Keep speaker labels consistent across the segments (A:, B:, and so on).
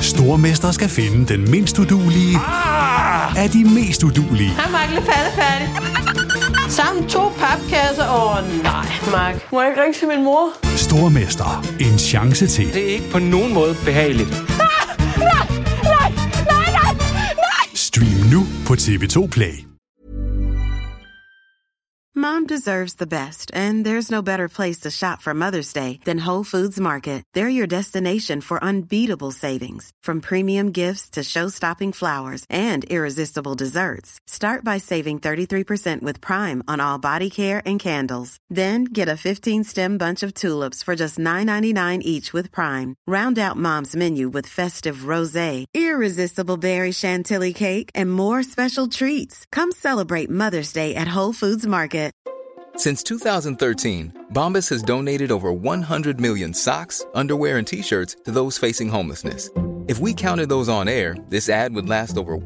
A: Stormester skal finde den mindst uduelige af de mest uduelige.
B: Hej, Mark. Lidt færdig. Sammen 2 papkasser. Nej, Mark. Må jeg ikke ringe til min mor?
A: Stormester. En chance til.
C: Det er ikke på nogen måde behageligt.
B: Nej.
A: Stream nu på TV2 Play.
D: Mom deserves the best, and there's no better place to shop for Mother's Day than Whole Foods Market. They're your destination for unbeatable savings, from premium gifts to show-stopping flowers and irresistible desserts. Start by saving 33% with Prime on all body care and candles. Then get a 15-stem bunch of tulips for just $9.99 each with Prime. Round out Mom's menu with festive rosé, irresistible berry chantilly cake, and more special treats. Come celebrate Mother's Day at Whole Foods Market.
E: Since 2013, Bombas has donated over 100 million socks, underwear, and T-shirts to those facing homelessness. If we counted those on air, this ad would last over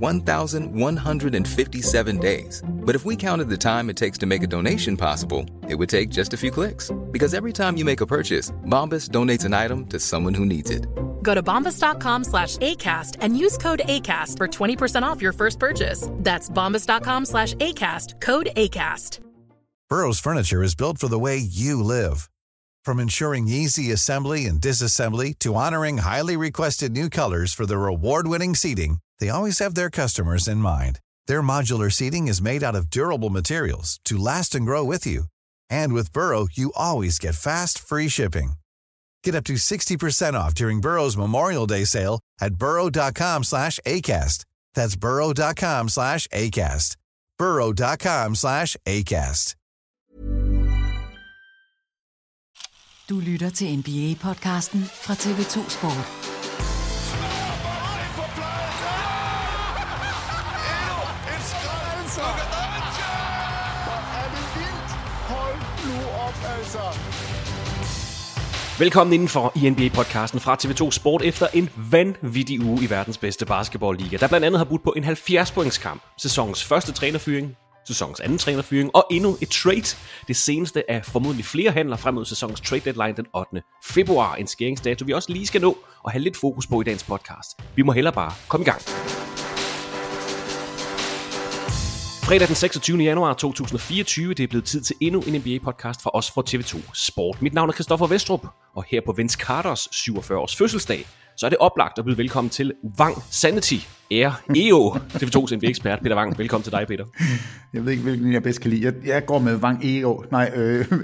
E: 1,157 days. But if we counted the time it takes to make a donation possible, it would take just a few clicks. Because every time you make a purchase, Bombas donates an item to someone who needs it.
F: Go to bombas.com/ACAST and use code ACAST for 20% off your first purchase. That's bombas.com/ACAST, code ACAST.
G: Burrow's furniture is built for the way you live. From ensuring easy assembly and disassembly to honoring highly requested new colors for their award-winning seating, they always have their customers in mind. Their modular seating is made out of durable materials to last and grow with you. And with Burrow, you always get fast, free shipping. Get up to 60% off during Burrow's Memorial Day sale at burrow.com/ACAST. That's burrow.com/ACAST. burrow.com/ACAST.
H: Du lytter til NBA-podcasten fra TV2 Sport.
C: Velkommen indenfor i NBA-podcasten fra TV2 Sport efter en vanvittig uge i verdens bedste basketballliga, der blandt andet har budt på en 70-pointskamp, sæsonens første trænerfyring, sæsonens anden trænerfyring og endnu et trade. Det seneste af formodentlig flere handler frem mod sæsonens trade deadline den 8. februar. En skæringsdato, vi også lige skal nå og have lidt fokus på i dagens podcast. Vi må hellere bare komme i gang. Fredag den 26. januar 2024, det er blevet tid til endnu en NBA-podcast fra os fra TV2 Sport. Mit navn er Christoffer Vestrup, og her på Vince Carters 47-års fødselsdag, så er det oplagt at byde velkommen til Vang Sanity, EO, TV2's NBA-ekspert. Peter Vang, velkommen til dig, Peter.
I: Jeg ved ikke, hvilken jeg bedst kan lide. Jeg går med Vang EO. Nej,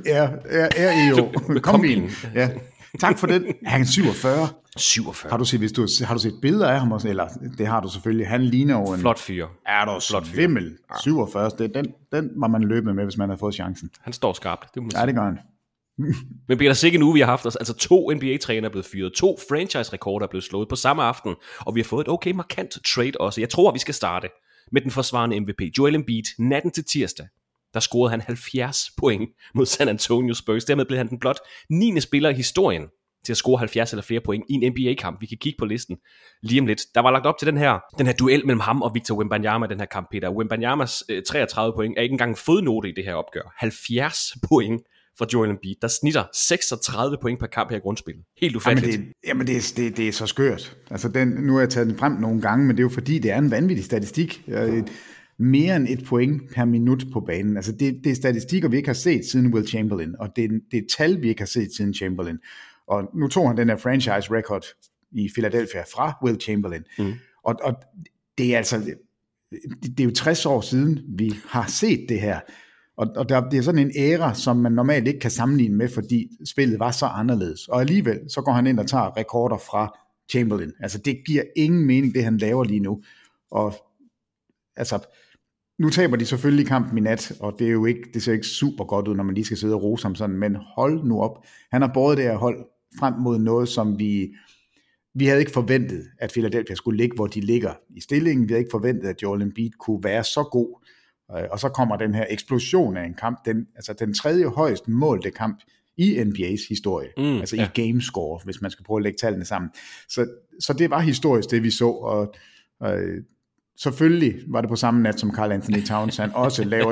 I: EO. Kom ind. Ja. Tak for den. Han er 47.
C: 47.
I: Har du set billeder af ham også? Eller det har du selvfølgelig. Han ligner jo en
C: flot fyr.
I: Er du flot vimmel? 47. Den var man løbende med, hvis man havde fået chancen.
C: Han står skarpt. Det
I: det gør han.
C: Men Peter, sikke nu vi har haft os. Altså 2 NBA-trænere er blevet fyret. 2 franchise-rekorder er blevet slået på samme aften. Og vi har fået et okay markant trade også. Jeg tror, vi skal starte med den forsvarende MVP. Joel Embiid, natten til tirsdag. Der scorede han 70 point mod San Antonio Spurs. Dermed blev han den blot 9. spiller i historien til at score 70 eller flere point i en NBA-kamp. Vi kan kigge på listen lige om lidt. Der var lagt op til den her duel mellem ham og Victor Wembanyama i den her kamp, Peter. Wembanyamas 33 point er ikke engang en fodnote i det her opgør. 70 point fra Joel Embiid, der snitter 36 point per kamp her i grundspillet. Helt ufatteligt.
I: Jamen det er så skørt. Altså nu har jeg taget den frem nogle gange, men det er jo fordi, det er en vanvittig statistik. Mere end 1 point per minut på banen. Altså det er statistikker, vi ikke har set siden Will Chamberlain, og det er tal, vi ikke har set siden Chamberlain. Og nu tog han den her franchise record i Philadelphia fra Will Chamberlain. Og det er altså, det er jo 60 år siden, vi har set det her. Og det er sådan en æra, som man normalt ikke kan sammenligne med, fordi spillet var så anderledes. Og alligevel, så går han ind og tager rekorder fra Chamberlain. Altså det giver ingen mening, det han laver lige nu. Og altså, nu taber de selvfølgelig kampen i nat, og det ser ikke super godt ud, når man lige skal sidde og rose ham sådan, men hold nu op. Han har båret det her hold frem mod noget, som vi havde ikke forventet, at Philadelphia skulle ligge, hvor de ligger i stillingen. Vi havde ikke forventet, at Joel Embiid kunne være så god. Og så kommer den her eksplosion af en kamp, den 3. højst målte kamp i NBA's historie, i gamescore, hvis man skal prøve at lægge tallene sammen. Så det var historisk, det vi så, og selvfølgelig var det på samme nat, som Karl Anthony Towns, han også laver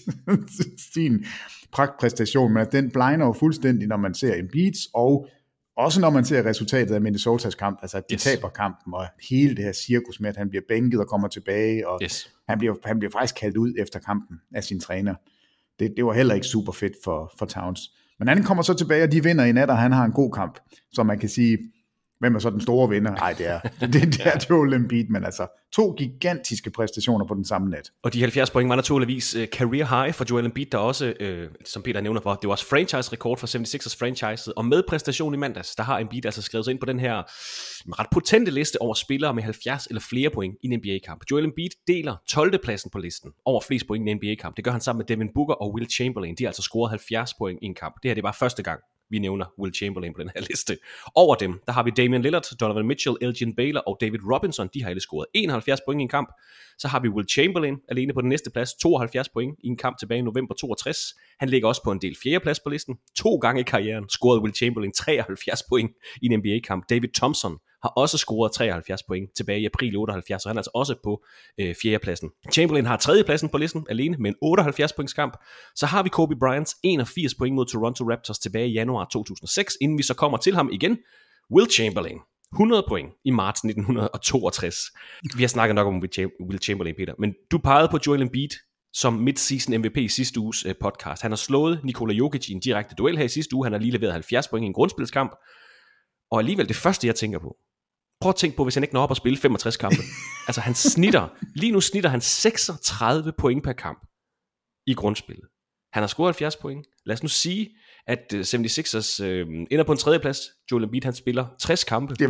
I: sin pragtpræstation, men den blinder jo fuldstændig, når man ser Embiids og også når man ser resultatet af Minnesotas kamp, altså at de taber kampen, og hele det her cirkus med, at han bliver bænket og kommer tilbage, og han bliver faktisk kaldt ud efter kampen af sin træner. Det var heller ikke super fedt for Towns. Men han kommer så tilbage, og de vinder i nat, og han har en god kamp, så man kan sige, hvem er så den store vinder? Nej, det er Joel Embiid, men altså 2 gigantiske præstationer på den samme nat.
C: Og de 70 point var naturligvis career high for Joel Embiid, der også, som Peter nævner for, det var også franchise-rekord for 76ers franchiset, og med præstation i mandags, der har Embiid altså skrevet sig ind på den her ret potente liste over spillere med 70 eller flere point i en NBA-kamp. Joel Embiid deler 12. pladsen på listen over flest point i en NBA-kamp. Det gør han sammen med Devin Booker og Will Chamberlain. De har altså scoret 70 point i en kamp. Det her det er bare første gang, vi nævner Will Chamberlain på den her liste. Over dem, der har vi Damian Lillard, Donovan Mitchell, Elgin Baylor og David Robinson. De har alle scoret 71 point i en kamp. Så har vi Will Chamberlain alene på den næste plads, 72 point i en kamp tilbage i november 62. Han ligger også på en del 4. plads på listen. 2 gange i karrieren scorede Will Chamberlain 73 point i en NBA-kamp. David Thompson har også scoret 73 point tilbage i april 78, så han er altså også på 4. pladsen. Chamberlain har 3. pladsen på listen alene med en 78 points kamp. Så har vi Kobe Bryants 81 point mod Toronto Raptors tilbage i januar 2006, inden vi så kommer til ham igen. Will Chamberlain 100 point i marts 1962. Vi har snakket nok om Will Chamberlain, Peter, men du pegede på Joel Embiid som mid-season MVP i sidste uges podcast. Han har slået Nikola Jokic i en direkte duel her i sidste uge. Han har lige leveret 70 point i en grundspilskamp. Og alligevel det første, jeg tænker på, prøv at tænke på, hvis han ikke når op og spille 65 kampe. Altså lige nu snitter han 36 point per kamp i grundspillet. Han har scoret 70 point. Lad os nu sige, at 76ers ender på en 3. plads. Joel Embiid, han spiller 60 kampe.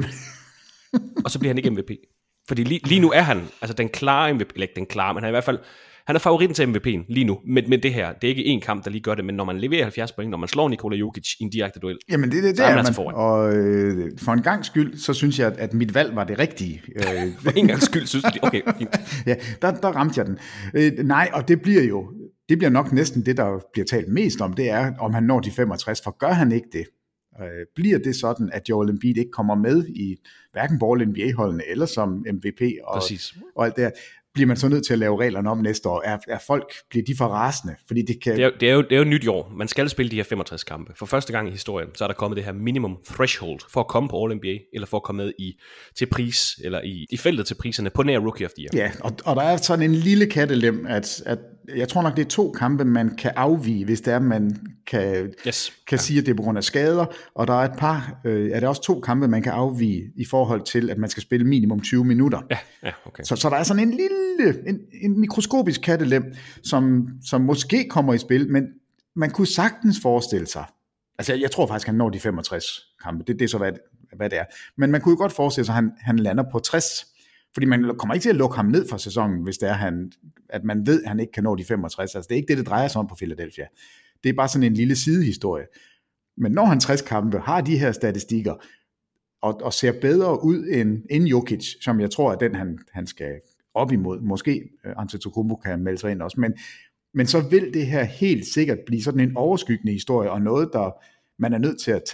C: Og så bliver han ikke MVP. Fordi lige nu er han, altså den klare MVP, eller ikke den klare, men han er i hvert fald, han er favoritten til MVP'en lige nu. Men det her, det er ikke én kamp, der lige gør det, men når man leverer 70 point, når man slår Nikola Jokic i en direkte duel,
I: jamen det er man. Altså og for en gang skyld, så synes jeg, at mit valg var det rigtige.
C: For en gang skyld, synes du? Okay, fint.
I: Ja, der ramte jeg den. Nej, og det bliver nok næsten det, der bliver talt mest om, det er, om han når de 65, for gør han ikke det, bliver det sådan, at Joel Embiid ikke kommer med i hverken All-NBA-holdene eller som MVP og alt det her, bliver man så nødt til at lave reglerne om næste år? Bliver de for rasende? Fordi
C: det er jo nyt år. Man skal spille de her 65 kampe. For første gang i historien, så er der kommet det her minimum threshold for at komme på All-NBA, eller for at komme med til pris, eller i feltet til priserne på nær Rookie of the Year.
I: Ja, og der er sådan en lille kattelem, at jeg tror nok, det er 2 kampe, man kan afvige, hvis det er, man kan sige, at det er på grund af skader, og der er et par, er det også 2 kampe, man kan afvige i forhold til, at man skal spille minimum 20 minutter.
C: Ja, okay.
I: Så der er sådan en lille, en mikroskopisk kattelem, som måske kommer i spil, men man kunne sagtens forestille sig, altså jeg tror faktisk, han når de 65 kampe, det er så, hvad det er, men man kunne jo godt forestille sig, at han lander på 60, fordi man kommer ikke til at lukke ham ned fra sæsonen, hvis det er, at man ved, at han ikke kan nå de 65. Altså det er ikke det drejer sig om på Philadelphia. Det er bare sådan en lille sidehistorie. Men når han 60 kampe, har de her statistikker, og ser bedre ud end Jokic, som jeg tror, at den han skal op imod. Måske Antetokounmpo kan melde sig ind også. Men så vil det her helt sikkert blive sådan en overskyggende historie, og noget, der man er nødt til at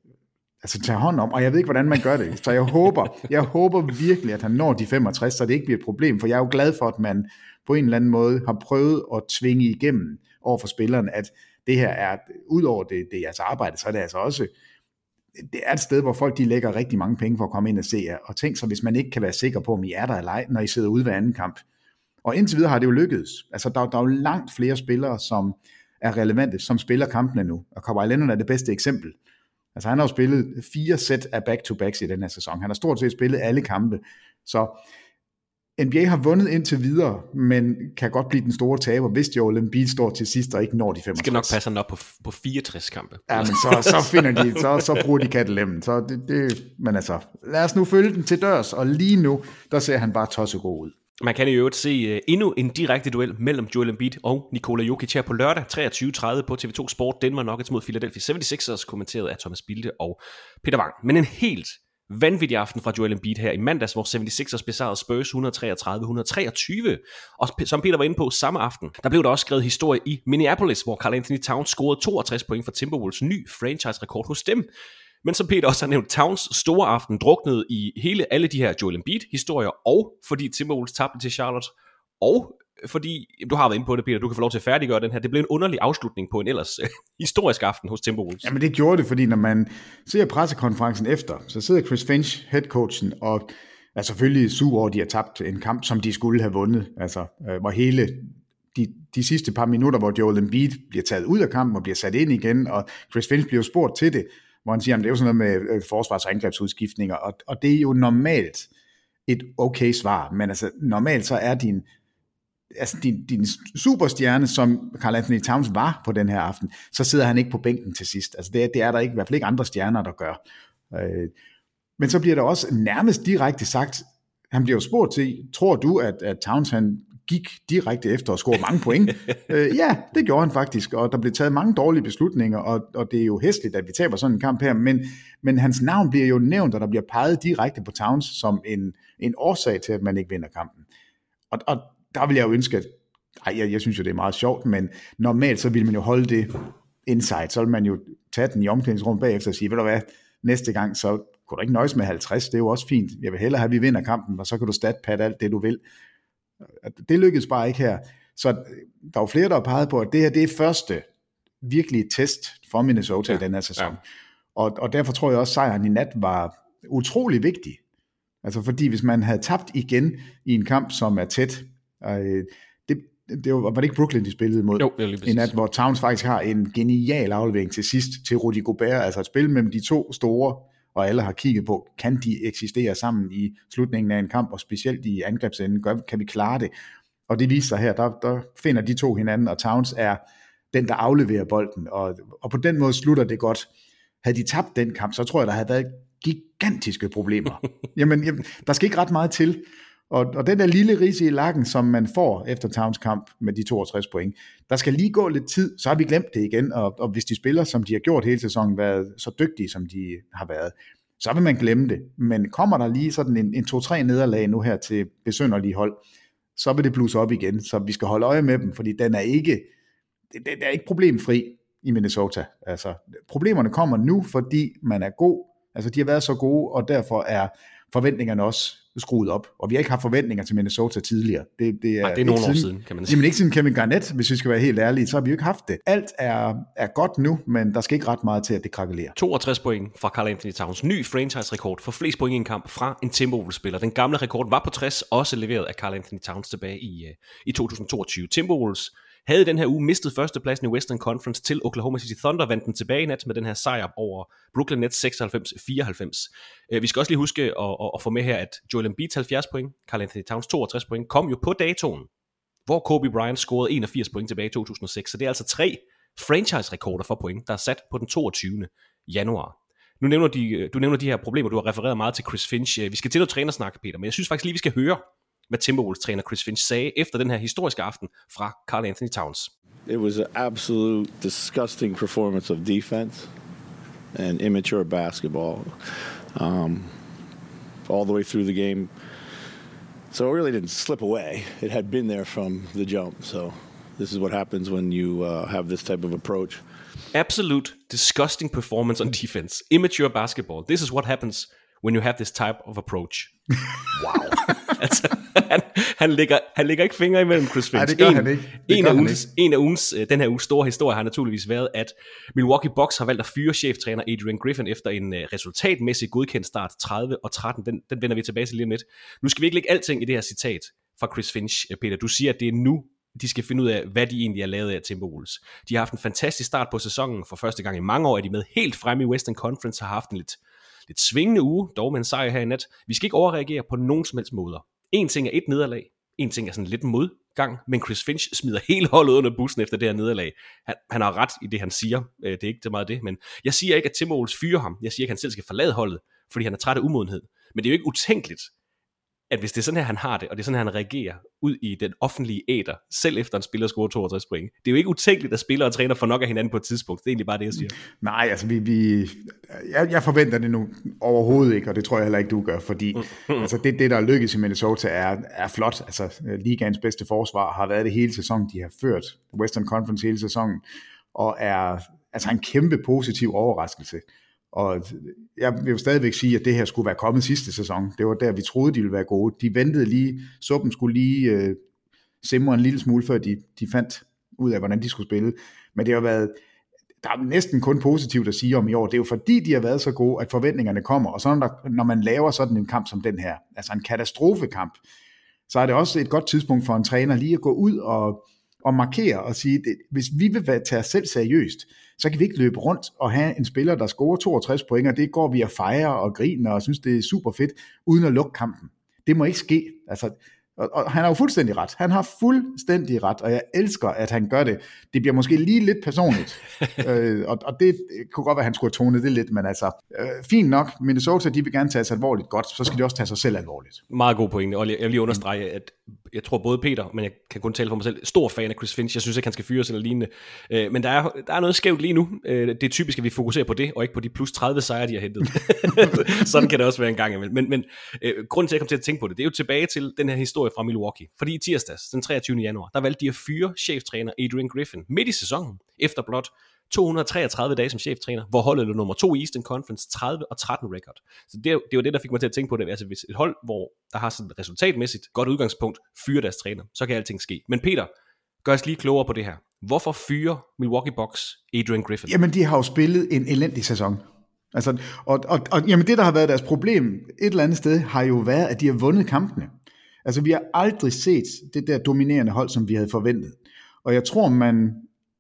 I: tage hånd om, og jeg ved ikke, hvordan man gør det. Så jeg håber virkelig, at han når de 65, så det ikke bliver et problem, for jeg er jo glad for, at man på en eller anden måde har prøvet at tvinge igennem over for spilleren, at det her er, udover det er jeres arbejde, så er det altså også, det er et sted, hvor folk de lægger rigtig mange penge for at komme ind og se jer, og tænk så, hvis man ikke kan være sikker på, om I er der eller ej, når I sidder ude ved anden kamp. Og indtil videre har det jo lykkedes. Altså, der er jo langt flere spillere, som er relevante, som spiller kampene nu, og Kawhi Leonard er det bedste eksempel. Altså han har jo spillet 4 sæt af back-to-backs i den her sæson. Han har stort set spillet alle kampe. Så NBA har vundet indtil videre, men kan godt blive den store taber, hvis Joel Embiid står til sidst og ikke når de 65.
C: Skal nok passe han op på 64 kampe.
I: Ja, men så finder de, så bruger de kattelemmen. Så men altså, lad os nu følge den til dørs, og lige nu, der ser han bare tossegod ud.
C: Man kan i øvrigt se endnu en direkte duel mellem Joel Embiid og Nikola Jokic her på lørdag 23:30 på TV2 Sport. Denver Nuggets mod Philadelphia 76ers, kommenteret af Thomas Bilde og Peter Wang. Men en helt vanvittig aften fra Joel Embiid her i mandags, hvor 76ers besejrede Spurs 133-123. Og som Peter var inde på samme aften, der blev der også skrevet historie i Minneapolis, hvor Karl Anthony Towns scorede 62 point for Timberwolves ny franchise-rekord hos dem. Men som Peter også har nævnt, Towns store aften druknede i alle de her Joel Embiid-historier, og fordi Timberwolves tabte til Charlotte, og fordi du har været inde på det, Peter, du kan få lov til at færdiggøre den her. Det blev en underlig afslutning på en ellers historisk aften hos Timberwolves.
I: Jamen det gjorde det, fordi når man ser pressekonferencen efter, så sidder Chris Finch, headcoachen, og er selvfølgelig sur over, at de har tabt en kamp, som de skulle have vundet. Altså, hvor hele de sidste par minutter, hvor Joel Embiid bliver taget ud af kampen og bliver sat ind igen, og Chris Finch bliver spurgt til det, hvor han siger, at det er jo sådan noget med forsvars- og angrebsudskiftninger, og det er jo normalt et okay svar, men altså normalt så er din superstjerne, som Karl Anthony Towns var på den her aften, så sidder han ikke på bænken til sidst. Altså det er der ikke, i hvert fald ikke andre stjerner, der gør. Men så bliver der også nærmest direkte sagt, han bliver jo spurgt til, tror du, at Towns han gik direkte efter at score mange point? Ja, det gjorde han faktisk, og der blev taget mange dårlige beslutninger, og det er jo hæsligt, at vi taber sådan en kamp her, men hans navn bliver jo nævnt, og der bliver peget direkte på Towns som en årsag til, at man ikke vinder kampen. Og der vil jeg jo ønske, at jeg synes jo, det er meget sjovt, men normalt så vil man jo holde det insight, så vil man jo tage den i omklædningsrummet bagefter og sige, ved du hvad, næste gang, så kunne du ikke nøjes med 50, det er jo også fint, jeg vil hellere have, at vi vinder kampen, og så kan du statpatte alt det, du vil. Det lykkedes bare ikke her. Så der er jo flere, der har peget på, at det her, det er første virkelige test for Minnesota i den her sæson. Ja. Og derfor tror jeg også, at sejren i nat var utrolig vigtig. Altså fordi hvis man havde tabt igen i en kamp, som er tæt, var det ikke Brooklyn, de spillede mod?
C: Jo,
I: i nat, hvor Towns faktisk har en genial aflevering til sidst til Rudy Gobert, altså et spil mellem de to store, og alle har kigget på, kan de eksistere sammen i slutningen af en kamp, og specielt i angrebsenden, kan vi klare det? Og det viser sig her, der finder de to hinanden, og Towns er den, der afleverer bolden, og på den måde slutter det godt. Havde de tabt den kamp, så tror jeg, der havde været gigantiske problemer. Jamen, der skal ikke ret meget til, og den der lille rise i lakken, som man får efter Towns kamp med de 62 point, der skal lige gå lidt tid, så har vi glemt det igen, og hvis de spiller, som de har gjort hele sæsonen, været så dygtige, som de har været, så vil man glemme det. Men kommer der lige sådan en 2-3 nederlag nu her til besynderlige hold, så vil det blusse op igen, så vi skal holde øje med dem, fordi den er ikke problemfri i Minnesota. Altså, problemerne kommer nu, fordi man er god, altså de har været så gode, og derfor er forventningerne også skruet op, og vi har ikke haft forventninger til Minnesota tidligere. Det
C: er nogle år siden, kan man sige.
I: Jamen ikke siden Kevin Garnett, hvis vi skal være helt ærlige, så har vi jo ikke haft det. Alt er godt nu, men der skal ikke ret meget til, at det krakelerer.
C: 62 point fra Karl Anthony Towns. Ny franchise-rekord for flest point i en kamp fra en Timberwolves-spiller. Den gamle rekord var på 60, også leveret af Karl Anthony Towns tilbage i 2022. Timberwolves havde den her uge mistet førstepladsen i Western Conference til Oklahoma City Thunder, vandt den tilbage i nat med den her sejr over Brooklyn Nets 96-94. Vi skal også lige huske at få med her, at Joel Embiid 70 point, Karl Anthony Towns 62 point, kom jo på datoen, hvor Kobe Bryant scorede 81 point tilbage i 2006. Så det er altså 3 franchise-rekorder for point, der er sat på den 22. januar. Nu du nævner de her problemer, du har refereret meget til Chris Finch. Vi skal til noget trænersnak, Peter, men jeg synes faktisk lige, vi skal høre, hvad Timberwolves-træner Chris Finch sagde efter den her historiske aften fra Karl Anthony Towns.
J: It was an absolute disgusting performance of defense and immature basketball all the way through the game. So it really didn't slip away. It had been there from the jump. So this is what happens when you have this type of approach.
C: Absolute disgusting performance on defense. Immature basketball. This is what happens when you have this type of approach. Wow. Altså, han lægger ikke fingre imellem Chris Finch.
I: Nej, det gør han ikke.
C: En af ugens, den her uges store historie har naturligvis været, at Milwaukee Bucks har valgt at fyre cheftræner Adrian Griffin efter en resultatmæssig godkendt start 30-13. Den vender vi tilbage til lige om lidt. Nu skal vi ikke lægge alting i det her citat fra Chris Finch, Peter. Du siger, at det er nu, de skal finde ud af, hvad de egentlig er lavet af Timberwolves. De har haft en fantastisk start på sæsonen. For første gang i mange år er de med helt fremme i Western Conference, har haft en lidt svingende uge, dog med en sejr her i nat. Vi skal ikke overreagere på nogen som helst måder. En ting er et nederlag, en ting er sådan lidt modgang, men Chris Finch smider hele holdet under bussen efter det her nederlag. Han har ret i det, han siger. Det er ikke så meget det, men jeg siger ikke, at Timberwolves fyrer ham. Jeg siger ikke, at han selv skal forlade holdet, fordi han er træt af umodenhed. Men det er jo ikke utænkeligt, at hvis det er sådan her, han har det, og det er sådan her, han reagerer ud i den offentlige æter, selv efter en spiller scorer 62 point. Det er jo ikke utænkeligt, at spillere og træner får nok af hinanden på et tidspunkt. Det er egentlig bare det, jeg siger.
I: Nej, altså jeg forventer det nu overhovedet ikke, og det tror jeg heller ikke, du gør, fordi altså det, der er lykkes i Minnesota, er flot. Altså ligaens bedste forsvar har været det hele sæsonen. De har ført Western Conference hele sæsonen, og er altså en kæmpe positiv overraskelse. Og jeg vil jo stadigvæk sige, at det her skulle være kommet sidste sæson. Det var der, vi troede, de ville være gode. De ventede lige, suppen skulle lige simre en lille smule, før de fandt ud af, hvordan de skulle spille. Men det har været, der er næsten kun positivt at sige om i år. Det er jo fordi, de har været så gode, at forventningerne kommer. Og så når man laver sådan en kamp som den her, altså en katastrofekamp, så er det også et godt tidspunkt for en træner lige at gå ud og markere og sige, hvis vi vil tage os selv seriøst, så kan vi ikke løbe rundt og have en spiller, der scorer 62 point, og det går vi at fejre og grine og synes, det er super fedt, uden at lukke kampen. Det må ikke ske. Altså, og han har jo fuldstændig ret. Han har fuldstændig ret, og jeg elsker, at han gør det. Det bliver måske lige lidt personligt, og det kunne godt være, at han skulle have tonet det lidt, men altså, fint nok. Minnesota, de vil gerne tage sig alvorligt godt, så skal de også tage sig selv alvorligt.
C: Meget god pointe, og jeg vil lige understrege, at jeg tror både Peter, men jeg kan kun tale for mig selv, stor fan af Chris Finch. Jeg synes ikke, han skal fyres eller lignende. Men der er noget skævt lige nu. Det er typisk, at vi fokuserer på det, og ikke på de plus 30 sejre, de har hentet. Sådan kan det også være en gang imellem. Men grunden til, at jeg kom til at tænke på det, det er jo tilbage til den her historie fra Milwaukee. Fordi i tirsdags, den 23. januar, der valgte de at fyre cheftræner Adrian Griffin midt i sæsonen, efter blot 233 dage som cheftræner, hvor holdet lå nummer 2 i Eastern Conference, 30 og 13 record. Så det var det, der fik mig til at tænke på det. Altså hvis et hold, hvor der har sådan et resultatmæssigt godt udgangspunkt, fyrer deres træner, så kan alting ske. Men Peter, gør os lige klogere på det her. Hvorfor fyrer Milwaukee Bucks Adrian Griffin?
I: Jamen, de har jo spillet en elendig sæson. Altså, og jamen, det, der har været deres problem et eller andet sted, har jo været, at de har vundet kampene. Altså, vi har aldrig set det der dominerende hold, som vi havde forventet. Og jeg tror, man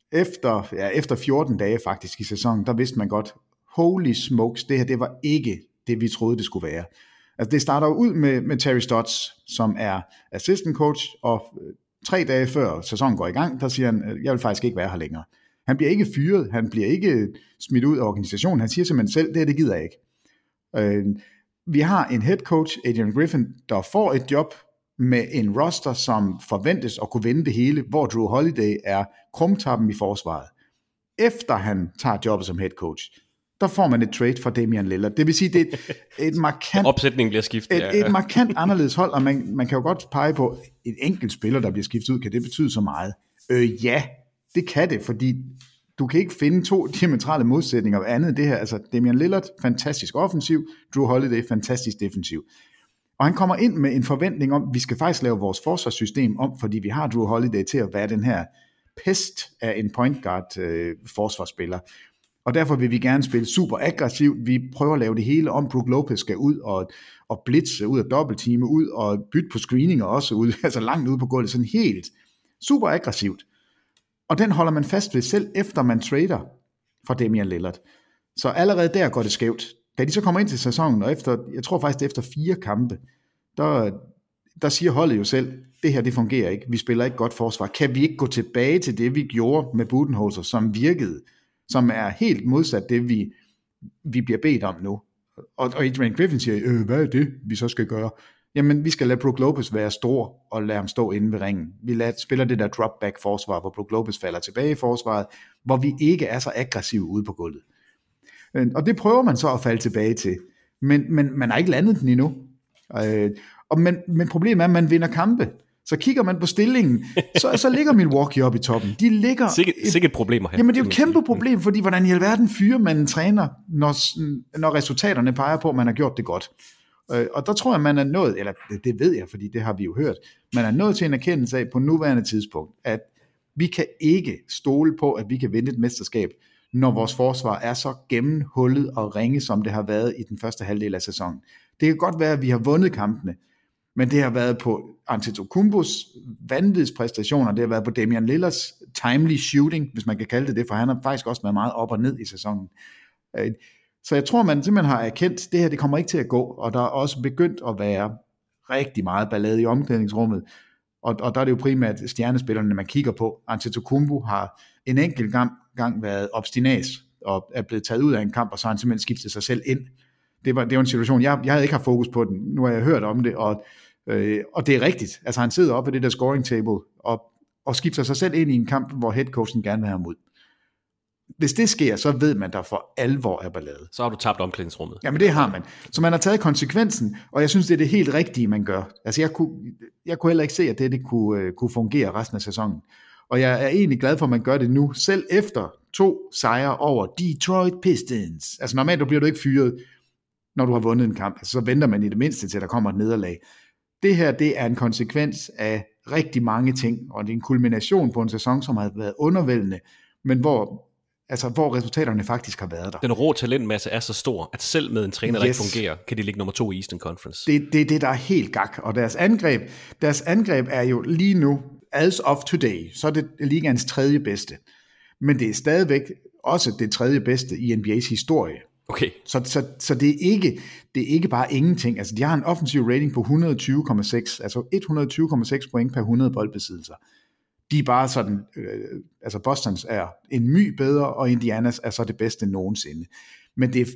I: efter 14 dage faktisk i sæsonen, der vidste man godt, holy smokes, det her, det var ikke det, vi troede, det skulle være. Altså, det starter ud med Terry Stotts, som er assistant coach, og 3 dage før sæsonen går i gang, der siger han, jeg vil faktisk ikke være her længere. Han bliver ikke fyret, han bliver ikke smidt ud af organisationen, han siger simpelthen selv, det gider jeg ikke. Vi har en head coach, Adrian Griffin, der får et job med en roster, som forventes at kunne vinde det hele, hvor Drew Holiday er krumtappen i forsvaret. Efter han tager jobbet som head coach, der får man et trade for Damian Lillard. Det vil sige, det er et markant...
C: Opsætningen bliver skiftet.
I: Et markant anderledes hold, og man kan jo godt pege på et enkelt spiller, der bliver skiftet ud. Kan det betyde så meget? Ja, det kan det, fordi du kan ikke finde 2 diametrale modsætninger af andet end det her. Altså, Damian Lillard, fantastisk offensiv, Drew Holiday, fantastisk defensiv. Og han kommer ind med en forventning om, at vi skal faktisk lave vores forsvarssystem om, fordi vi har Drew Holiday til at være den her pest af en point guard forsvarsspiller. Og derfor vil vi gerne spille super aggressivt. Vi prøver at lave det hele om. Brook Lopez skal ud og blitze, ud og dobbeltteame, ud og bytte på screeninger også, ud, altså langt ude på gulvet, sådan helt super aggressivt. Og den holder man fast ved, selv efter man trader fra Damian Lillard. Så allerede der går det skævt. Da de så kommer ind til sæsonen, og jeg tror faktisk efter 4 kampe, der siger holdet jo selv, det her det fungerer ikke, vi spiller ikke godt forsvar. Kan vi ikke gå tilbage til det, vi gjorde med Budenholzer, som virkede, som er helt modsat det, vi bliver bedt om nu? Og Adrian Griffin siger, hvad er det, vi så skal gøre? Jamen, vi skal lade Brook Lopez være stor, og lade ham stå inde ved ringen. Vi spiller det der drop-back forsvar, hvor Brook Lopez falder tilbage i forsvaret, hvor vi ikke er så aggressive ude på gulvet. Og det prøver man så at falde tilbage til. Men man har ikke landet den endnu. Men problemet er, at man vinder kampe. Så kigger man på stillingen, så ligger Milwaukee oppe i toppen. De ligger...
C: Sikkert problemer her.
I: Jamen det er jo et kæmpe problem, fordi hvordan i alverden fyrer man en træner, når resultaterne peger på, at man har gjort det godt. Og der tror jeg, man er nået, eller det ved jeg, fordi det har vi jo hørt, man er nået til en erkendelse af på nuværende tidspunkt, at vi kan ikke stole på, at vi kan vinde et mesterskab, når vores forsvar er så gennemhullet og ringe, som det har været i den første halvdel af sæsonen. Det kan godt være, at vi har vundet kampene, men det har været på Antetokounmpos vanvidspræstationer, det har været på Damian Lillards timely shooting, hvis man kan kalde det, for han har faktisk også været meget op og ned i sæsonen. Så jeg tror, man simpelthen har erkendt, det her det kommer ikke til at gå, og der er også begyndt at være rigtig meget ballade i omklædningsrummet, og der er det jo primært stjernespillerne, man kigger på. Antetokounmpo har en enkelt gang været obstinas, og er blevet taget ud af en kamp, og så har han simpelthen skiftet sig selv ind. Det var en situation, jeg havde ikke haft fokus på den, nu har jeg hørt om det, og det er rigtigt. Altså han sidder oppe ved det der scoring table, og skifter sig selv ind i en kamp, hvor headcoachen gerne vil have ham ud. Hvis det sker, så ved man, der for alvor er ballade.
C: Så har du tabt omklædningsrummet.
I: Jamen det har man. Så man har taget konsekvensen, og jeg synes, det er det helt rigtige, man gør. Altså jeg kunne heller ikke se, at det kunne fungere resten af sæsonen. Og jeg er egentlig glad for, at man gør det nu, selv efter 2 sejre over Detroit Pistons. Altså normalt bliver du ikke fyret, når du har vundet en kamp. Altså, så venter man i det mindste til, der kommer et nederlag. Det her, det er en konsekvens af rigtig mange ting, og det er en kulmination på en sæson, som har været undervældende, men hvor resultaterne faktisk har været der.
C: Den rå talentmasse er så stor, at selv med en træner, der ikke fungerer, kan de ligge nummer 2 i Eastern Conference.
I: Det er det, der er helt gak, og deres angreb er jo lige nu, as of today, så er det ligaens 3. bedste. Men det er stadigvæk også det 3. bedste i NBA's historie.
C: Okay.
I: Så det er ikke bare ingenting. Altså, de har en offensiv rating på 120,6, altså 120,6 point per 100 boldbesiddelser. De er bare sådan, Bostons er en my bedre, og Indianas er så det bedste nogensinde. Men det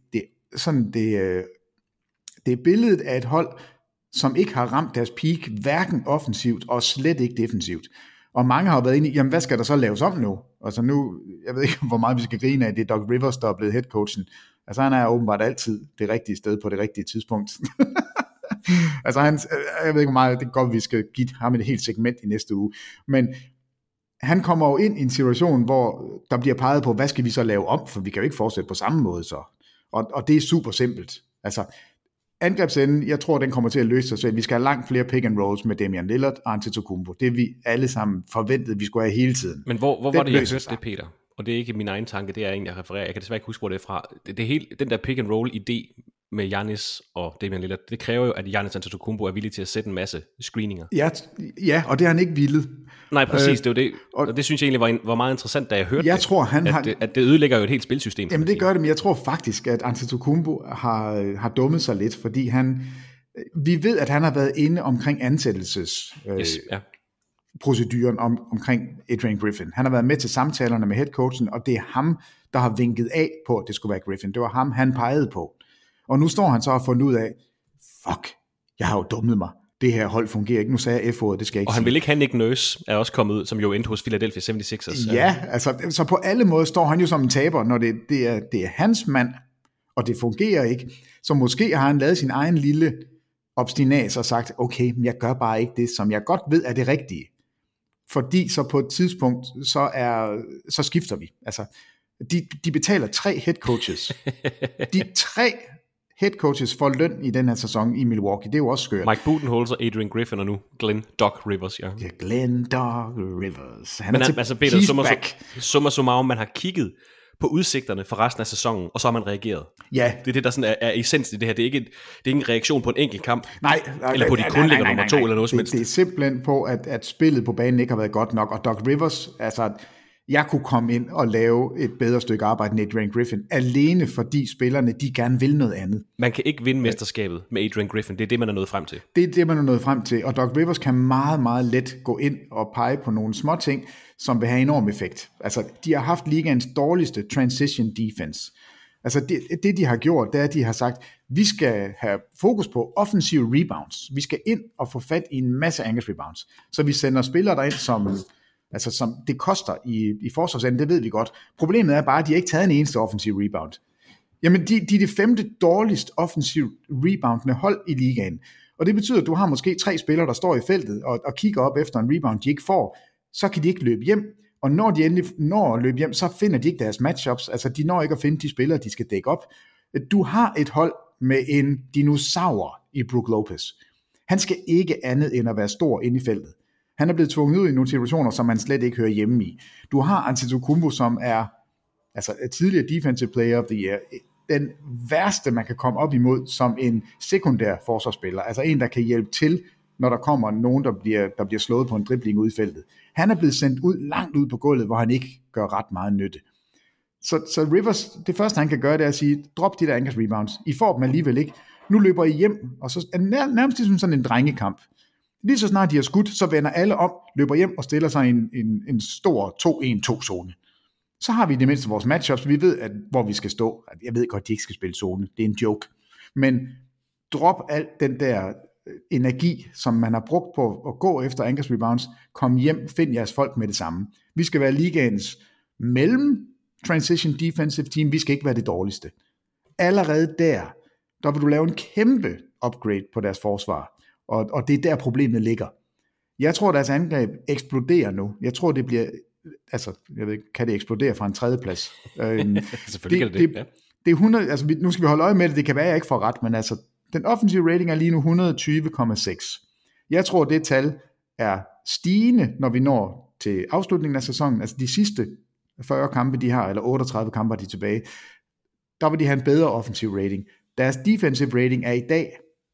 I: er billedet af et hold, som ikke har ramt deres peak, hverken offensivt og slet ikke defensivt. Og mange har været inde i, jamen hvad skal der så laves om nu? Altså nu, jeg ved ikke, hvor meget vi skal grine af, det er Doc Rivers, der er blevet headcoachen. Altså han er åbenbart altid det rigtige sted på det rigtige tidspunkt. Altså jeg ved ikke, hvor meget, det går, vi skal give ham et helt segment i næste uge. Men han kommer jo ind i en situation, hvor der bliver peget på, hvad skal vi så lave om? For vi kan jo ikke fortsætte på samme måde så. Og det er super simpelt. Altså angrebsenden, jeg tror, den kommer til at løse sig, så vi skal have langt flere pick and rolls med Damian Lillard og Antetokounmpo. Det vi alle sammen forventede, vi skulle have hele tiden.
C: Men hvor var det, jeg hørte det, Peter? Og det er ikke min egen tanke, det er en, jeg refererer. Jeg kan desværre ikke huske, hvor det er fra. Den der pick and roll idé med Giannis og Damian Lillard, det kræver jo, at Giannis Antetokounmpo er villig til at sætte en masse screeninger.
I: Ja, og det har han ikke villet.
C: Nej, præcis, det var det. Og det synes jeg egentlig var meget interessant, da jeg hørte at det ødelægger jo et helt spilsystem.
I: Jamen det gør det, men jeg tror faktisk, at Antetokounmpo har dummet sig lidt, fordi vi ved, at han har været inde omkring ansættelsesproceduren omkring Adrian Griffin. Han har været med til samtalerne med headcoachen, og det er ham, der har vinket af på, at det skulle være Griffin. Det var ham, han pegede på. Og nu står han så og fundet ud af, fuck, jeg har jo dummet mig. Det her hold fungerer ikke. Nu sagde jeg F-ordet, det skal jeg ikke
C: Og han vil ikke have Nick Nurse, er også kommet ud, som jo endte hos Philadelphia 76ers.
I: Ja, altså, så på alle måder står han jo som en taber, når det er hans mand, og det fungerer ikke. Så måske har han lavet sin egen lille obstinas og sagt, okay, men jeg gør bare ikke det, som jeg godt ved er det rigtige. Fordi så på et tidspunkt, så skifter vi. Altså, de betaler 3 head coaches. De 3 head coaches får løn i den her sæson i Milwaukee. Det er jo også skørt.
C: Mike Budenholzer, Adrian Griffin og nu Glenn Doc Rivers. Ja,
I: Glenn Doc Rivers.
C: Han er altså Peter, summa summarum, man har kigget på udsigterne for resten af sæsonen, og så har man reageret.
I: Ja.
C: Det er det, der sådan er essensen i det her. Det er ikke en reaktion på en enkelt kamp,
I: nej,
C: eller på de kun ligger nummer 2 eller noget som helst.
I: Det er simpelthen på, at spillet på banen ikke har været godt nok, og Doc Rivers, altså jeg kunne komme ind og lave et bedre stykke arbejde end Adrian Griffin, alene fordi spillerne, de gerne vil noget andet.
C: Man kan ikke vinde mesterskabet med Adrian Griffin, det er det, man er nået frem til.
I: Det er det, man er nået frem til, og Doc Rivers kan meget, meget let gå ind og pege på nogle små ting, som vil have enorm effekt. Altså, de har haft ligaens dårligste transition defense. Altså, det de har gjort, det er, at de har sagt, vi skal have fokus på offensive rebounds. Vi skal ind og få fat i en masse angrebsrebounds. Så vi sender spillere derind, som det koster i forsvarsenden, det ved vi godt. Problemet er bare, at de har ikke taget en eneste offensiv rebound. Jamen, de er det 5. dårligst offensiv reboundende hold i ligaen. Og det betyder, at du har måske 3 spillere, der står i feltet og kigger op efter en rebound, de ikke får. Så kan de ikke løbe hjem. Og når de endelig når at løbe hjem, så finder de ikke deres matchups. Altså, de når ikke at finde de spillere, de skal dække op. Du har et hold med en dinosaur i Brook Lopez. Han skal ikke andet end at være stor inde i feltet. Han er blevet tvunget ud i nogle situationer, som man slet ikke hører hjemme i. Du har Antetokounmpo, som er tidligere defensive player of the year. Den værste, man kan komme op imod som en sekundær forsvarsspiller. Altså en, der kan hjælpe til, når der kommer nogen, der bliver slået på en dribling ud i feltet. Han er blevet sendt ud langt ud på gulvet, hvor han ikke gør ret meget nytte. Så Rivers, det første han kan gøre, det er at sige, drop de der angrebsrebounds. I får dem alligevel ikke. Nu løber I hjem, og så er nærmest ligesom sådan en drengekamp. Lige så snart de har skudt, så vender alle om, løber hjem og stiller sig i en stor 2-1-2-zone. Så har vi i det mindste vores matchups, vi ved, hvor vi skal stå. Jeg ved godt, de ikke skal spille zone, det er en joke. Men drop alt den der energi, som man har brugt på at gå efter angrebsrebounds, kom hjem, find jeres folk med det samme. Vi skal være ligaens mellem transition defensive team, vi skal ikke være det dårligste. Allerede der vil du lave en kæmpe upgrade på deres forsvar. Og det er der problemet ligger. Jeg tror, deres angreb eksploderer nu. Jeg tror, det bliver... Altså, jeg ved ikke, kan det eksplodere fra en 3. plads?
C: Selvfølgelig kan det.
I: Det er 100... Altså, nu skal vi holde øje med det. Det kan være, jeg ikke får ret, men altså, den offensive rating er lige nu 120,6. Jeg tror, det tal er stigende, når vi når til afslutningen af sæsonen. Altså de sidste 40 kampe, de har, eller 38 kampe, de tilbage, der vil de have en bedre offensiv rating. Deres defensive rating er i dag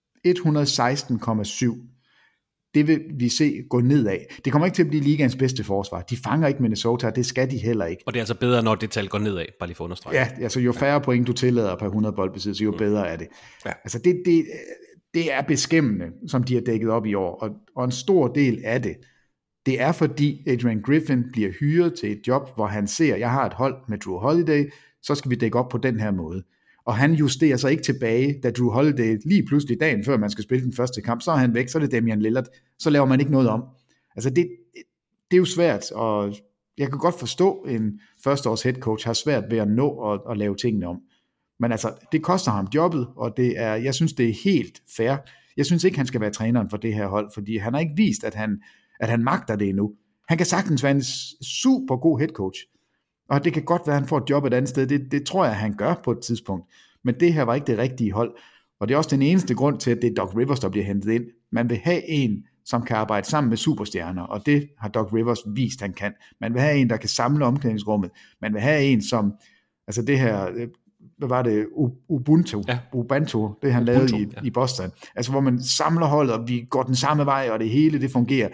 I: 116,7. Det vil vi se gå nedad. Det kommer ikke til at blive ligaens bedste forsvar. De fanger ikke Minnesota, det skal de heller ikke.
C: Og det er altså bedre, når det tal går nedad, bare lige for at understrege.
I: Ja, altså jo færre point du tillader per 100 boldbesiddelse, jo bedre er det. Ja. Altså det er beskæmmende, som de har dækket op i år, og en stor del af det er fordi Adrian Griffin bliver hyret til et job, hvor han ser, jeg har et hold med Drew Holiday, så skal vi dække op på den her måde. Og han justerer sig ikke tilbage, da Drew Holiday lige pludselig dagen før man skal spille den første kamp, så er han væk, så er det Damian Lillard, så laver man ikke noget om. Altså det er jo svært, og jeg kan godt forstå, en førsteårs head coach har svært ved at nå at lave tingene om. Men altså, det koster ham jobbet, og jeg synes, det er helt fair. Jeg synes ikke, han skal være træneren for det her hold, fordi han har ikke vist, at han magter det endnu. Han kan sagtens være en super god head coach, og det kan godt være, at han får et job et andet sted. Det tror jeg, han gør på et tidspunkt. Men det her var ikke det rigtige hold. Og det er også den eneste grund til, at det er Doc Rivers, der bliver hentet ind. Man vil have en, som kan arbejde sammen med superstjerner, og det har Doc Rivers vist, han kan. Man vil have en, der kan samle omklædningsrummet. Man vil have en, som, altså det her, hvad var det, Ubuntu, det han lavede i Boston. Altså hvor man samler holdet, og vi går den samme vej, og det hele, det fungerer.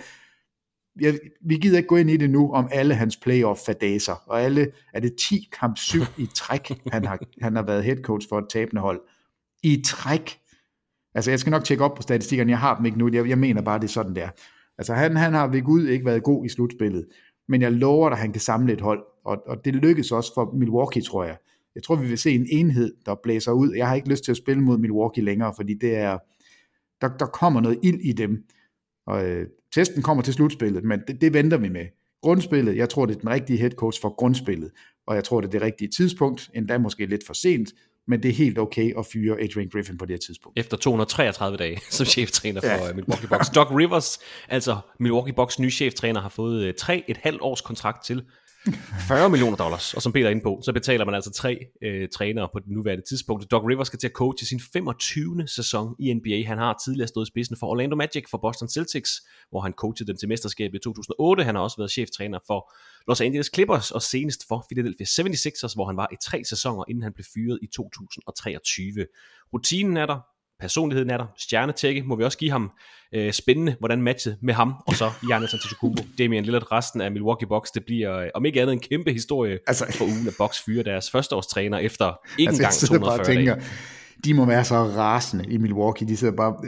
I: Vi gider ikke gå ind i det nu, om alle hans playoff-fadaser, og alle, er det 10 kamp 7 i træk, han har været head coach for et tabende hold. I træk. Altså jeg skal nok tjekke op på statistikkerne, jeg har dem ikke nu, jeg mener bare, det er sådan der. Altså han har ved Gud ikke været god i slutspillet, men jeg lover dig, at han kan samle et hold, og det lykkes også for Milwaukee, tror jeg. Jeg tror, vi vil se en enhed, der blæser ud. Jeg har ikke lyst til at spille mod Milwaukee længere, fordi det er, der kommer noget ild i dem, og testen kommer til slutspillet, men det venter vi med. Grundspillet, jeg tror, det er den rigtige head coach for grundspillet, og jeg tror, det er det rigtige tidspunkt, endda måske lidt for sent, men det er helt okay at fyre Adrian Griffin på det her tidspunkt.
C: Efter 233 dage som cheftræner for Milwaukee Bucks. Doc Rivers, altså Milwaukee Bucks nye cheftræner, har fået 3,5 års kontrakt til $40 million, og som Peter er inde på, så betaler man altså 3 trænere på det nuværende tidspunkt. Doc Rivers skal til at coache sin 25. sæson i NBA. Han har tidligere stået i spidsen for Orlando Magic, for Boston Celtics, hvor han coachede dem til mesterskabet i 2008. Han har også været cheftræner for Los Angeles Clippers, og senest for Philadelphia 76ers, hvor han var i 3 sæsoner, inden han blev fyret i 2023. Rutinen er der, personligheden er der, stjernetække må vi også give ham. Spændende, hvordan matchet med ham, og så Giannis Antetokounmpo, Damian Lillard, resten af Milwaukee Bucks, det bliver om ikke andet en kæmpe historie for ugen, at Bucks fyrer deres førsteårstræner efter ikke engang 240 dage.
I: De må være så rasende i Milwaukee, de sidder bare,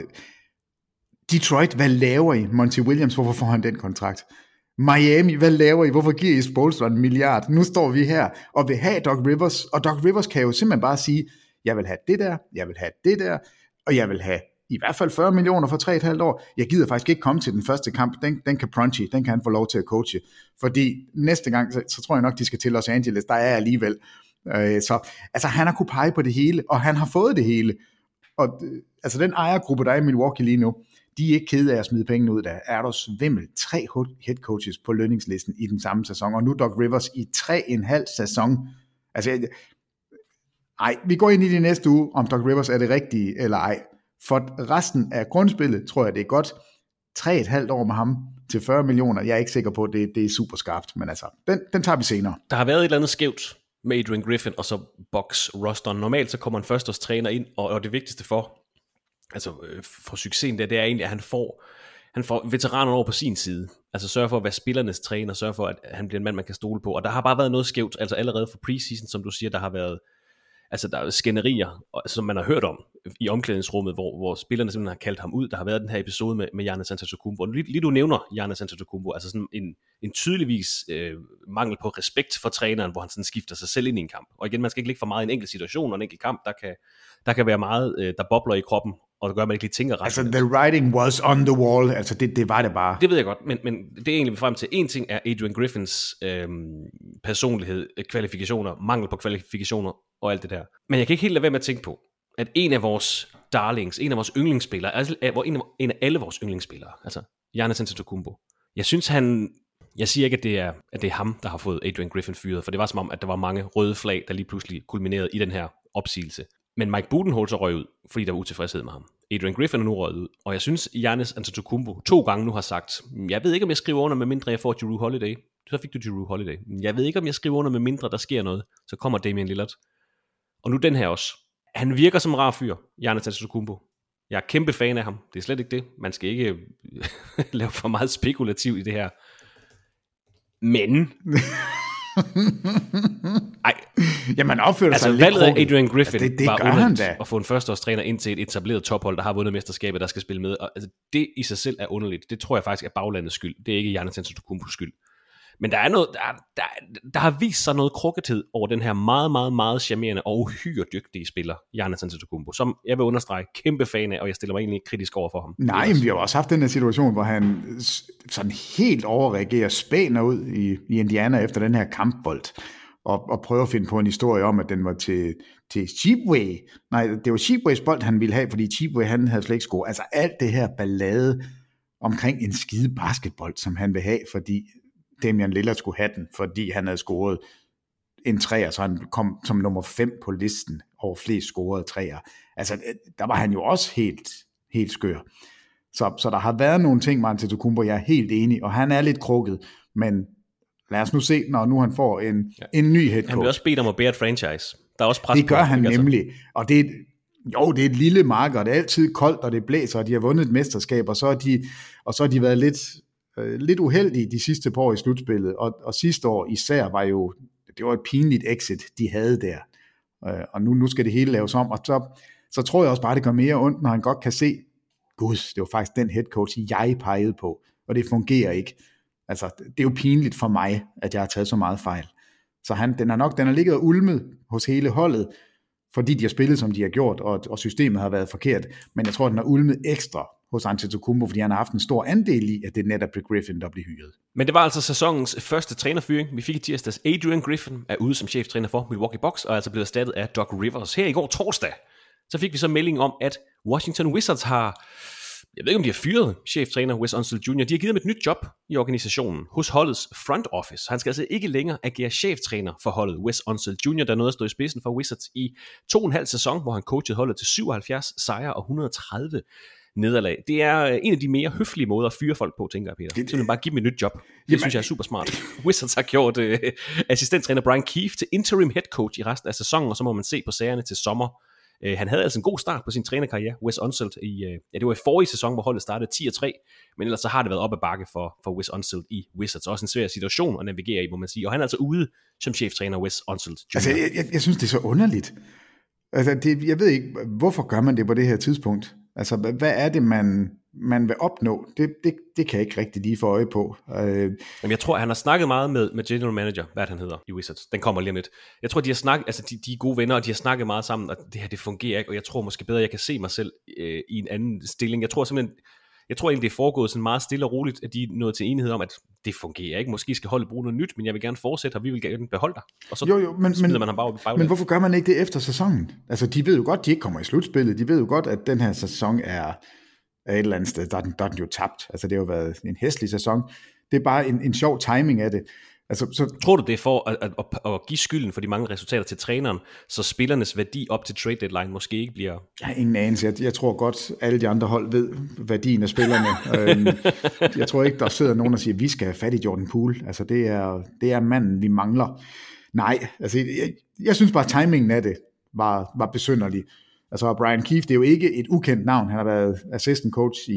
I: Detroit, hvad laver I? Monty Williams, hvorfor får han den kontrakt? Miami, hvad laver I? Hvorfor giver I Spoelstra $1 milliard? Nu står vi her og vil have Doc Rivers, og Doc Rivers kan jo simpelthen bare sige, jeg vil have det der, jeg vil have det der, og jeg vil have i hvert fald 40 millioner for 3,5 år. Jeg gider faktisk ikke komme til den første kamp. Den kan Prunty, den kan han få lov til at coache. Fordi næste gang, så tror jeg nok, de skal til Los Angeles. Der er alligevel. Så altså, han har kunnet pege på det hele, og han har fået det hele. Og altså, den ejergruppe, der er i Milwaukee lige nu, de er ikke kede af at smide pengene ud. Der er der svimmel 3 head coaches på lønningslisten i den samme sæson, og nu Doc Rivers i 3,5 sæson. Altså, vi går ind i det næste uge, om Doc Rivers er det rigtige eller ej. For resten af grundspillet, tror jeg, det er godt. 3,5 år med ham til 40 millioner. Jeg er ikke sikker på, at det er super skarpt, men altså, den tager vi senere.
C: Der har været et eller andet skævt med Adrian Griffin og så Bucks roster. Normalt så kommer en førsteårstræner ind, og det vigtigste for succesen det er egentlig, at han får veteranerne over på sin side. Altså sørge for at være spillernes træner, sørge for, at han bliver en mand, man kan stole på. Og der har bare været noget skævt, altså allerede for preseason, som du siger, der har været, altså der er skænderier, som man har hørt om i omklædningsrummet, hvor spillerne simpelthen har kaldt ham ud. Der har været den her episode med Giannis Antetokounmpo. Og lige du nævner Giannis Antetokounmpo, altså sådan en tydeligvis mangel på respekt for træneren, hvor han sådan skifter sig selv ind i en kamp. Og igen, man skal ikke ligge for meget i en enkelt situation og en enkelt kamp. Der kan være meget, der bobler i kroppen, og det gør, at man ikke lige tænker ret.
I: Altså, the writing was on the wall. Altså, det var det bare.
C: Det ved jeg godt, men det er egentlig frem til. En ting er Adrian Griffins personlighed, kvalifikationer, mangel på kvalifikationer og alt det der. Men jeg kan ikke helt lade være med at tænke på, at en af vores darlings, en af vores yndlingsspillere, altså en af alle vores yndlingsspillere, altså Giannis Antetokounmpo. Jeg synes jeg siger ikke, at det er ham, der har fået Adrian Griffin fyret, for det var som om, at der var mange røde flag, der lige pludselig kulminerede i den her opsigelse. Men Mike Budenholzer røg ud, fordi der var utilfredshed med ham. Adrian Griffin er nu røget ud, og jeg synes, Giannis Antetokounmpo 2 gange nu har sagt, jeg ved ikke, om jeg skriver under, med mindre jeg får Jrue Holiday. Så fik du Jrue Holiday. Jeg ved ikke, om jeg skriver under, med mindre der sker noget. Så kommer Damian Lillard. Og nu den her også. Han virker som en rar fyr, Giannis Antetokounmpo. Jeg er kæmpe fan af ham. Det er slet ikke det. Man skal ikke lave for meget spekulativ i det her. Men... Ej.
I: Ja, man opfører sig lidt
C: valget af Adrian Griffin
I: det
C: var underligt at få en førsteårstræner ind til et etableret tophold, der har vundet mesterskabet, der skal spille med. Og, altså, det i sig selv er underligt. Det tror jeg faktisk er baglandets skyld. Det er ikke Giannis Antetokounmpos skyld. Men der er noget, der har vist sig noget krukethed over den her meget, meget, meget charmerende og uhyre dygtige spiller, Giannis Antetokounmpo, som jeg vil understrege kæmpe fan af, og jeg stiller mig egentlig ikke kritisk over for ham.
I: Nej, men vi har også haft den her situation, hvor han sådan helt overreagerer, spænder ud i Indiana efter den her kampbold, og prøver at finde på en historie om, at den var til Cheapway. Nej, det var Cheapways bold, han ville have, fordi Cheapway, han havde slet ikke scoret. Altså alt det her ballade omkring en skide basketbold, som han vil have, fordi Damian Lillard skulle have den, fordi han havde scoret en træer, så han kom som nummer 5 på listen over flest scorede træer. Altså, der var han jo også helt skør. Så der har været nogle ting med Antetokounmpo, jeg er helt enig, og han er lidt krukket, men lad os nu se, når nu han får en ny head coach.
C: Han vil også bede om at bære et franchise. Der er også pres
I: det gør han nemlig, og det er et lille marked, og det er altid koldt, og det blæser, og de har vundet et mesterskab, og så har de været lidt uheldige de sidste par år i slutspillet, og sidste år især det var et pinligt exit, de havde der, og nu skal det hele laves om, og så tror jeg også bare, det gør mere ondt, når han godt kan se, gud, det var faktisk den head coach, jeg pegede på, og det fungerer ikke. Altså, det er jo pinligt for mig, at jeg har taget så meget fejl. Så den har ligget og ulmet hos hele holdet, fordi de har spillet, som de har gjort, og systemet har været forkert, men jeg tror, den har ulmet ekstra hos Antetokounmpo, fordi han har haft en stor andel i, at det netop blev Griffin, der blev hyret.
C: Men det var altså sæsonens første trænerfyring. Vi fik i tirsdags. Adrian Griffin er ude som cheftræner for Milwaukee Bucks, og er altså blevet erstattet af Doc Rivers. Her i går torsdag, så fik vi så melding om, at Washington Wizards har, jeg ved ikke om de har fyret cheftræner Wes Unseld Jr., de har givet ham et nyt job i organisationen hos holdets front office. Han skal altså ikke længere agere cheftræner for holdet. Wes Unseld Jr., der nåede at stå i spidsen for Wizards i 2,5 sæson, hvor han coachede holdet til 77 sejre og 130 nederlag. Det er en af de mere høflige måder at fyre folk på, tænker jeg, Peter. Simpelthen bare give dem et nyt job. Det synes jeg er super smart. Wizards har gjort assistenttræner Brian Keefe til interim head coach i resten af sæsonen, og så må man se på sagerne til sommer. Han havde altså en god start på sin trænerkarriere, Wes Unseld, det var i forrige sæson, hvor holdet startede 10-3, men ellers så har det været op ad bakke for Wes Unseld i Wizards. Også en svær situation at navigere i, må man sige. Og han er altså ude som cheftræner Wes Unseld Jr.
I: Altså, jeg synes, det er så underligt. Altså, jeg ved ikke, hvorfor gør man det på det her tidspunkt? Altså, hvad er det, man vil opnå? Det kan jeg ikke rigtig lige få øje på.
C: Jamen, jeg tror, han har snakket meget med general manager, hvad han hedder i Wizards. Den kommer lige om lidt. Jeg tror, de har snakket, altså de er gode venner, og de har snakket meget sammen, og det her, det fungerer ikke, og jeg tror måske bedre, jeg kan se mig selv i en anden stilling. Jeg tror egentlig, det er foregået sådan meget stille og roligt, at de er nået til enighed om, at det fungerer ikke. Måske skal holdet bruge noget nyt, men jeg vil gerne fortsætte, og vi vil gerne beholde dig. Og så smider man ham bare.
I: Men hvorfor gør man ikke det efter sæsonen? Altså, de ved jo godt, de ikke kommer i slutspillet. De ved jo godt, at den her sæson er et eller andet sted, der er den jo tabt. Altså, det har jo været en hæslig sæson. Det er bare en sjov timing af det. Altså, så
C: tror du, det er for at give skylden for de mange resultater til træneren, så spillernes værdi op til trade deadline måske ikke bliver...
I: Jeg har ingen anelse. Jeg tror godt, alle de andre hold ved værdien af spillerne. Jeg tror ikke, der sidder nogen og siger, at vi skal have fat i Jordan Poole. Altså, det er manden, vi mangler. Nej, altså, jeg synes bare, timingen af det var besynderlig. Altså, Brian Keefe, det er jo ikke et ukendt navn. Han har været assistant coach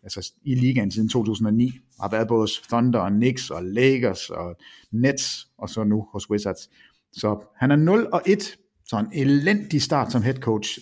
I: i ligaen siden 2009. Har været både Thunder og Knicks og Lakers og Nets, og så nu hos Wizards. Så han er 0-1, så en elendig start som head coach.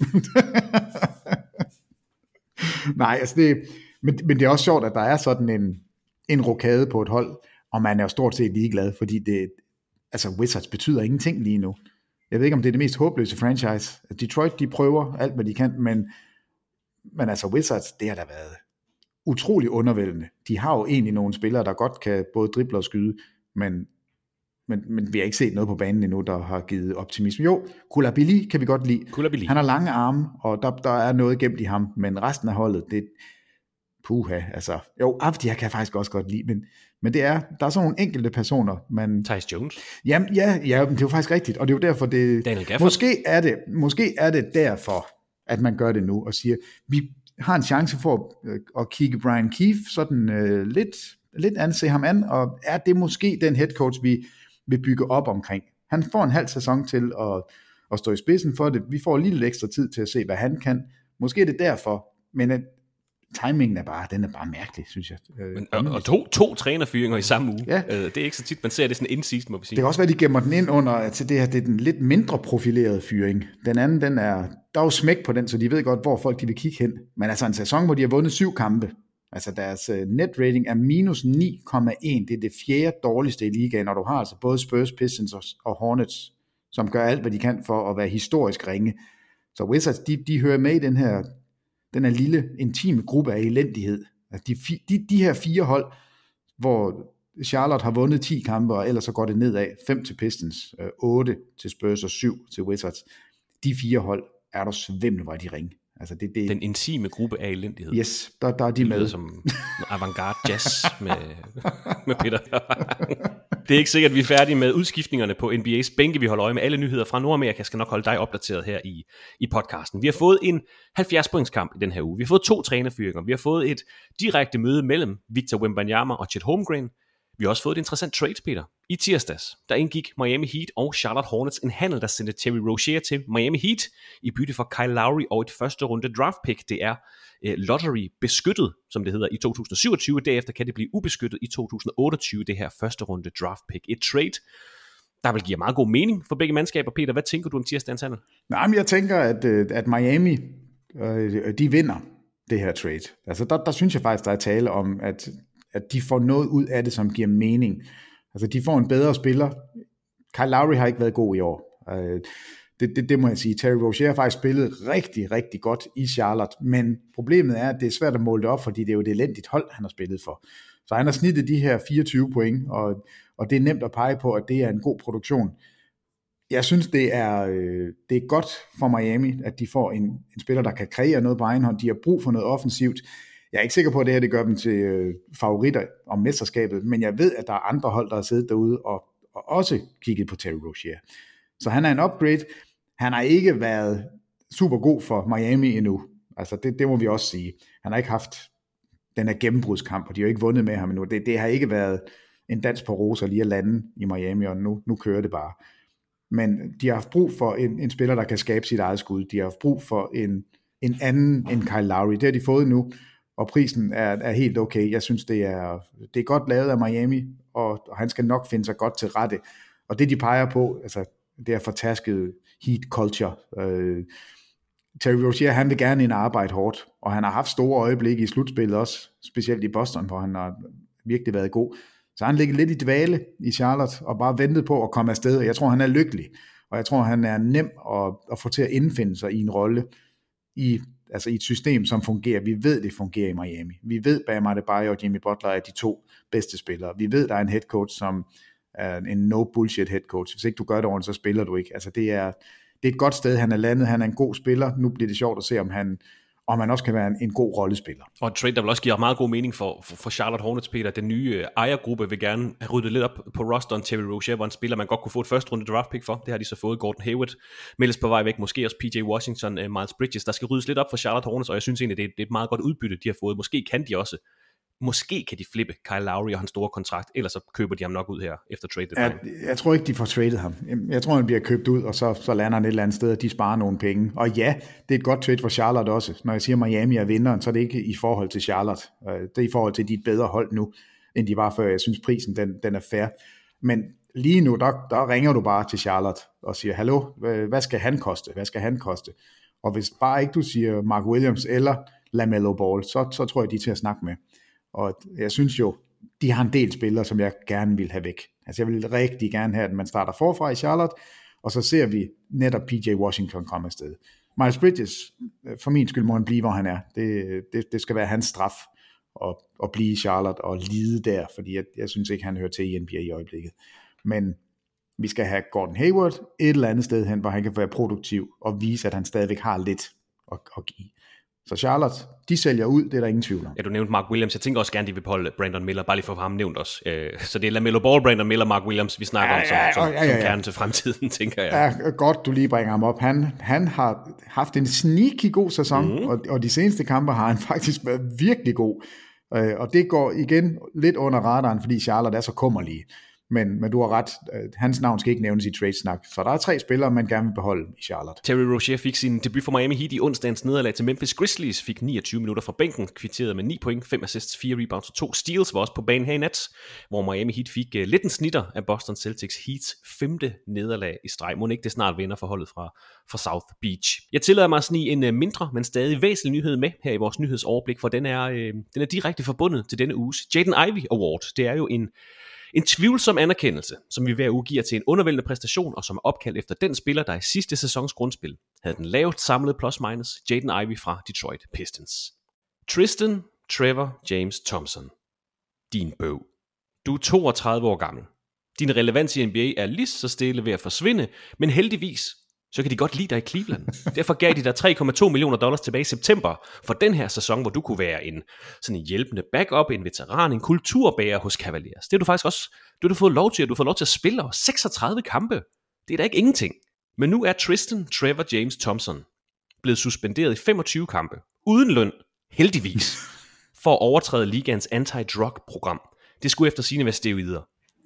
I: Nej, altså men det er også sjovt, at der er sådan en rokade på et hold, og man er jo stort set ligeglad, fordi Wizards betyder ingenting lige nu. Jeg ved ikke, om det er det mest håbløse franchise. Detroit, de prøver alt, hvad de kan, men altså Wizards, det har da været utrolig undervældende. De har jo egentlig nogle spillere, der godt kan både drible og skyde, men vi har ikke set noget på banen endnu, der har givet optimisme. Jo, Coulibaly kan vi godt lide. Han har lange arme, og der er noget gemt i ham, men resten af holdet, altså, jo, Avdia kan jeg faktisk også godt lide, men der er sådan nogle enkelte personer, man...
C: Tyus Jones.
I: Ja, det er jo faktisk rigtigt, og det er jo derfor,
C: Daniel Gafford.
I: Måske er det derfor, at man gør det nu, og siger, vi har en chance for at kigge Brian Keefe sådan lidt se ham an, og er det måske den head coach, vi vil bygge op omkring. Han får en halv sæson til at stå i spidsen for det. Vi får lige lidt ekstra tid til at se, hvad han kan. Måske er det derfor, men timingen er bare mærkelig, synes jeg.
C: Og to trænerfyringer i samme uge. Ja. Det er ikke så tit, man ser det sådan in-season, må vi sige.
I: Det kan også være, de gemmer den ind under, at det her det er den lidt mindre profilerede fyring. Den anden, der er jo smæk på den, så de ved godt, hvor folk de vil kigge hen. Men altså en sæson, hvor de har vundet 7 kampe, altså deres net rating er minus 9,1. Det er det 4. dårligste i ligaen, og du har altså både Spurs, Pistons og Hornets, som gør alt, hvad de kan for at være historisk ringe. Så Wizards, de hører med i den her lille, intime gruppe af elendighed. Altså de her 4 hold, hvor Charlotte har vundet 10 kampe, og ellers så går det nedad. 5 til Pistons, 8 til Spurs og 7 til Wizards. De 4 hold er der svimle, hvor de ringe. Altså det den
C: intime gruppe af elendighed.
I: Yes, der er de med.
C: Som avantgarde jazz med Peter. Det er ikke sikkert, at vi er færdige med udskiftningerne på NBA's bænke. Vi holder øje med alle nyheder fra Nordamerika. Jeg skal nok holde dig opdateret her i podcasten. Vi har fået en 70-pointskamp i den her uge. Vi har fået 2 trænerfyringer. Vi har fået et direkte møde mellem Victor Wembanyama og Chet Holmgren. Vi har også fået et interessant trade, Peter. I tirsdags, der indgik Miami Heat og Charlotte Hornets en handel, der sendte Terry Rozier til Miami Heat i bytte for Kyle Lowry og et første runde draft pick. Det er lottery beskyttet, som det hedder, i 2027. Derefter kan det blive ubeskyttet i 2028, det her første runde draft pick. Et trade, der vil give meget god mening for begge mandskaber. Peter, hvad tænker du om tirsdagens handel?
I: Nej, men jeg tænker, at Miami, de vinder det her trade. Altså der synes jeg faktisk, der er tale om, at de får noget ud af det, som giver mening. Altså, de får en bedre spiller. Kyle Lowry har ikke været god i år. Det må jeg sige. Terry Rozier har faktisk spillet rigtig, rigtig godt i Charlotte, men problemet er, at det er svært at måle det op, fordi det er jo et elendigt hold, han har spillet for. Så han har snittet de her 24 point, og det er nemt at pege på, at det er en god produktion. Jeg synes, det er godt for Miami, at de får en spiller, der kan kreere noget på egen hånd. De har brug for noget offensivt. Jeg er ikke sikker på, at det her det gør dem til favoritter om mesterskabet, men jeg ved, at der er andre hold, der har siddet derude og også kigget på Terry Rozier. Så han er en upgrade. Han har ikke været super god for Miami endnu. Altså det må vi også sige. Han har ikke haft den her gennembrudskamp, og de har ikke vundet med ham endnu. Det har ikke været en dans på roser lige at lande i Miami, og nu kører det bare. Men de har haft brug for en spiller, der kan skabe sit eget skud. De har haft brug for en anden end Kyle Lowry. Det har de fået nu. Og prisen er helt okay. Jeg synes, det er godt lavet af Miami, og han skal nok finde sig godt til rette. Og det, de peger på, altså det er fortasket heat culture. Terry Rozier, han vil gerne ind og arbejde hårdt, og han har haft store øjeblikke i slutspillet også, specielt i Boston, hvor han har virkelig været god. Så han ligger lidt i dvale i Charlotte, og bare ventet på at komme afsted. Jeg tror, han er lykkelig, og jeg tror, han er nem at få til at indfinde sig i en rolle i et system, som fungerer. Vi ved, det fungerer i Miami. Vi ved, Bam Adebayo og Jimmy Butler er de 2 bedste spillere. Vi ved, der er en head coach, som er en no bullshit head coach. Hvis ikke du gør det ordentligt, så spiller du ikke. Altså, det er et godt sted, han er landet. Han er en god spiller. Nu bliver det sjovt at se, om han også kan være en god rollespiller.
C: Og en trade, der vil også give meget god mening for Charlotte Hornets, Peter. Den nye ejergruppe vil gerne have ryddet lidt op på rosteren. Terry Rozier var en spiller, man godt kunne få et første runde draft pick for. Det har de så fået. Gordon Hayward meldes på vej væk. Måske også PJ Washington, Miles Bridges. Der skal ryddes lidt op for Charlotte Hornets, og jeg synes egentlig, det er et meget godt udbytte, de har fået. Måske kan de flippe Kyle Lowry og hans store kontrakt, ellers så køber de ham nok ud her efter trade deadline.
I: Jeg tror ikke, de får traded ham. Jeg tror, han bliver købt ud, og så lander han et eller andet sted, og de sparer nogle penge. Og ja, det er et godt trade for Charlotte også. Når jeg siger, Miami er vinderen, så er det ikke i forhold til Charlotte. Det er i forhold til, at de er et bedre hold nu, end de var før. Jeg synes, prisen den er fair. Men lige nu, der ringer du bare til Charlotte og siger, hallo, hvad skal han koste? Hvad skal han koste? Og hvis bare ikke du siger Mark Williams eller LaMelo Ball, så tror jeg, de er til at snakke med. Og jeg synes jo, de har en del spillere, som jeg gerne vil have væk. Altså jeg vil rigtig gerne have, at man starter forfra i Charlotte, og så ser vi netop PJ Washington komme afsted. Miles Bridges, for min skyld må han blive, hvor han er. Det skal være hans straf at blive i Charlotte og lide der, fordi jeg synes ikke, han hører til i NBA i øjeblikket. Men vi skal have Gordon Hayward et eller andet sted hen, hvor han kan være produktiv og vise, at han stadigvæk har lidt at give. Så Charlotte, de sælger ud, det er der ingen tvivl om.
C: Ja, du nævnte Mark Williams. Jeg tænker også gerne, de vil beholde Brandon Miller, bare lige for at få ham nævnt også. Så det er LaMelo Ball, Brandon Miller, Mark Williams, vi snakker om som kerne til fremtiden, tænker jeg.
I: Ja, godt, du lige bringer ham op. Han har haft en sneaky god sæson, og de seneste kampe har han faktisk været virkelig god. Og det går igen lidt under radaren, fordi Charlotte er så kummerlige. Men du har ret, hans navn skal ikke nævnes i trade-snak. Så der er 3 spillere, man gerne vil beholde i Charlotte.
C: Terry Rozier fik sin debut for Miami Heat i onsdagens nederlag til Memphis Grizzlies, fik 29 minutter fra bænken, kvitterede med 9 point, 5 assists, 4 rebounds og 2 steals, var også på banen her i nat, hvor Miami Heat fik lidt en snitter af Boston Celtics Heats 5. nederlag i streg. Må ikke det snart vinder forholdet fra South Beach. Jeg tillader mig at snige en mindre, men stadig væsentlig nyhed med her i vores nyhedsoverblik, for den er direkte forbundet til denne uges Jaden Ivey Award. Det er jo en tvivlsom anerkendelse, som vi hver uge giver til en undervældende præstation, og som er opkaldt efter den spiller, der i sidste sæsons grundspil havde den lavest samlede plus-minus, Jaden Ivey fra Detroit Pistons. Tristan Trevor James Thompson. Din bøv. Du er 32 år gammel. Din relevans i NBA er lige så stille ved at forsvinde, men heldigvis så kan de godt lide dig i Cleveland. Derfor gav de dig $3,2 million tilbage i september for den her sæson, hvor du kunne være en hjælpende backup, en veteran, en kulturbærer hos Cavaliers. Det har du faktisk også du har fået lov til, du har fået lov til at spille over 36 kampe. Det er da ikke ingenting. Men nu er Tristan Trevor James Thompson blevet suspenderet i 25 kampe, uden løn, heldigvis, for at overtræde ligaens anti-drug-program. Det skulle efter sigende være steroider.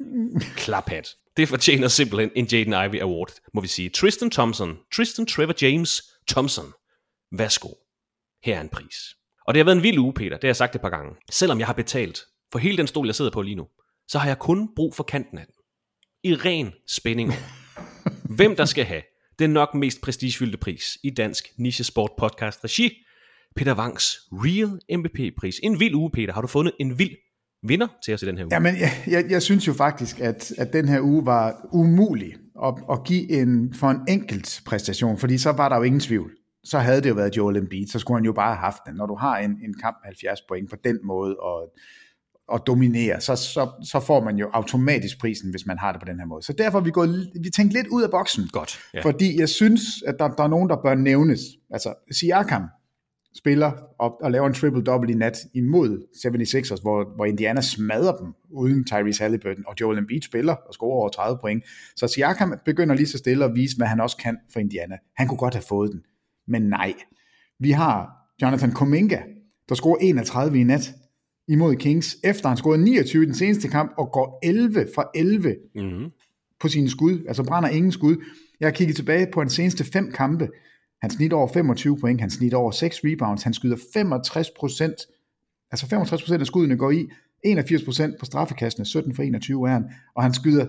C: Klaphat. Det fortjener simpelthen en Jaden Ivey Award, må vi sige. Tristan Trevor James Thompson. Værsgo. Her er en pris. Og det har været en vild uge, Peter. Det har jeg sagt et par gange. Selvom jeg har betalt for hele den stol, jeg sidder på lige nu, så har jeg kun brug for kanten af den. I ren spænding over. Hvem der skal have den nok mest prestigefyldte pris i dansk nichesport podcast regi. Peter Wangs Real MVP-pris. En vild uge, Peter. Har du fundet en vild vinder til os i den her uge?
I: Jamen, jeg synes jo faktisk, at den her uge var umulig at give for en enkelt præstation, fordi så var der jo ingen tvivl. Så havde det jo været Joel Embiid, så skulle han jo bare have haft den. Når du har en kamp 70 point på den måde og dominere, så får man jo automatisk prisen, hvis man har det på den her måde. Så derfor vi tænkt lidt ud af boksen.
C: Godt. Ja.
I: Fordi jeg synes, at der er nogen, der bør nævnes. Altså, Siakam spiller og laver en triple-double i nat imod 76ers, hvor Indiana smadrer dem uden Tyrese Halliburton, og Joel Embiid spiller og scorer over 30 point. Så Siakam begynder lige så stille at vise, hvad han også kan for Indiana. Han kunne godt have fået den, men nej. Vi har Jonathan Kuminga, der scorer 31 i nat imod Kings, efter han scorede 29 i den seneste kamp, og går 11 for 11 på sine skud, altså brænder ingen skud. Jeg har kigget tilbage på hans seneste 5 kampe. Han snitter over 25 point, han snitter over 6 rebounds, han skyder 65%, altså 65% af skuddene går i, 81% på straffekastene, 17 for 21 er han, og han skyder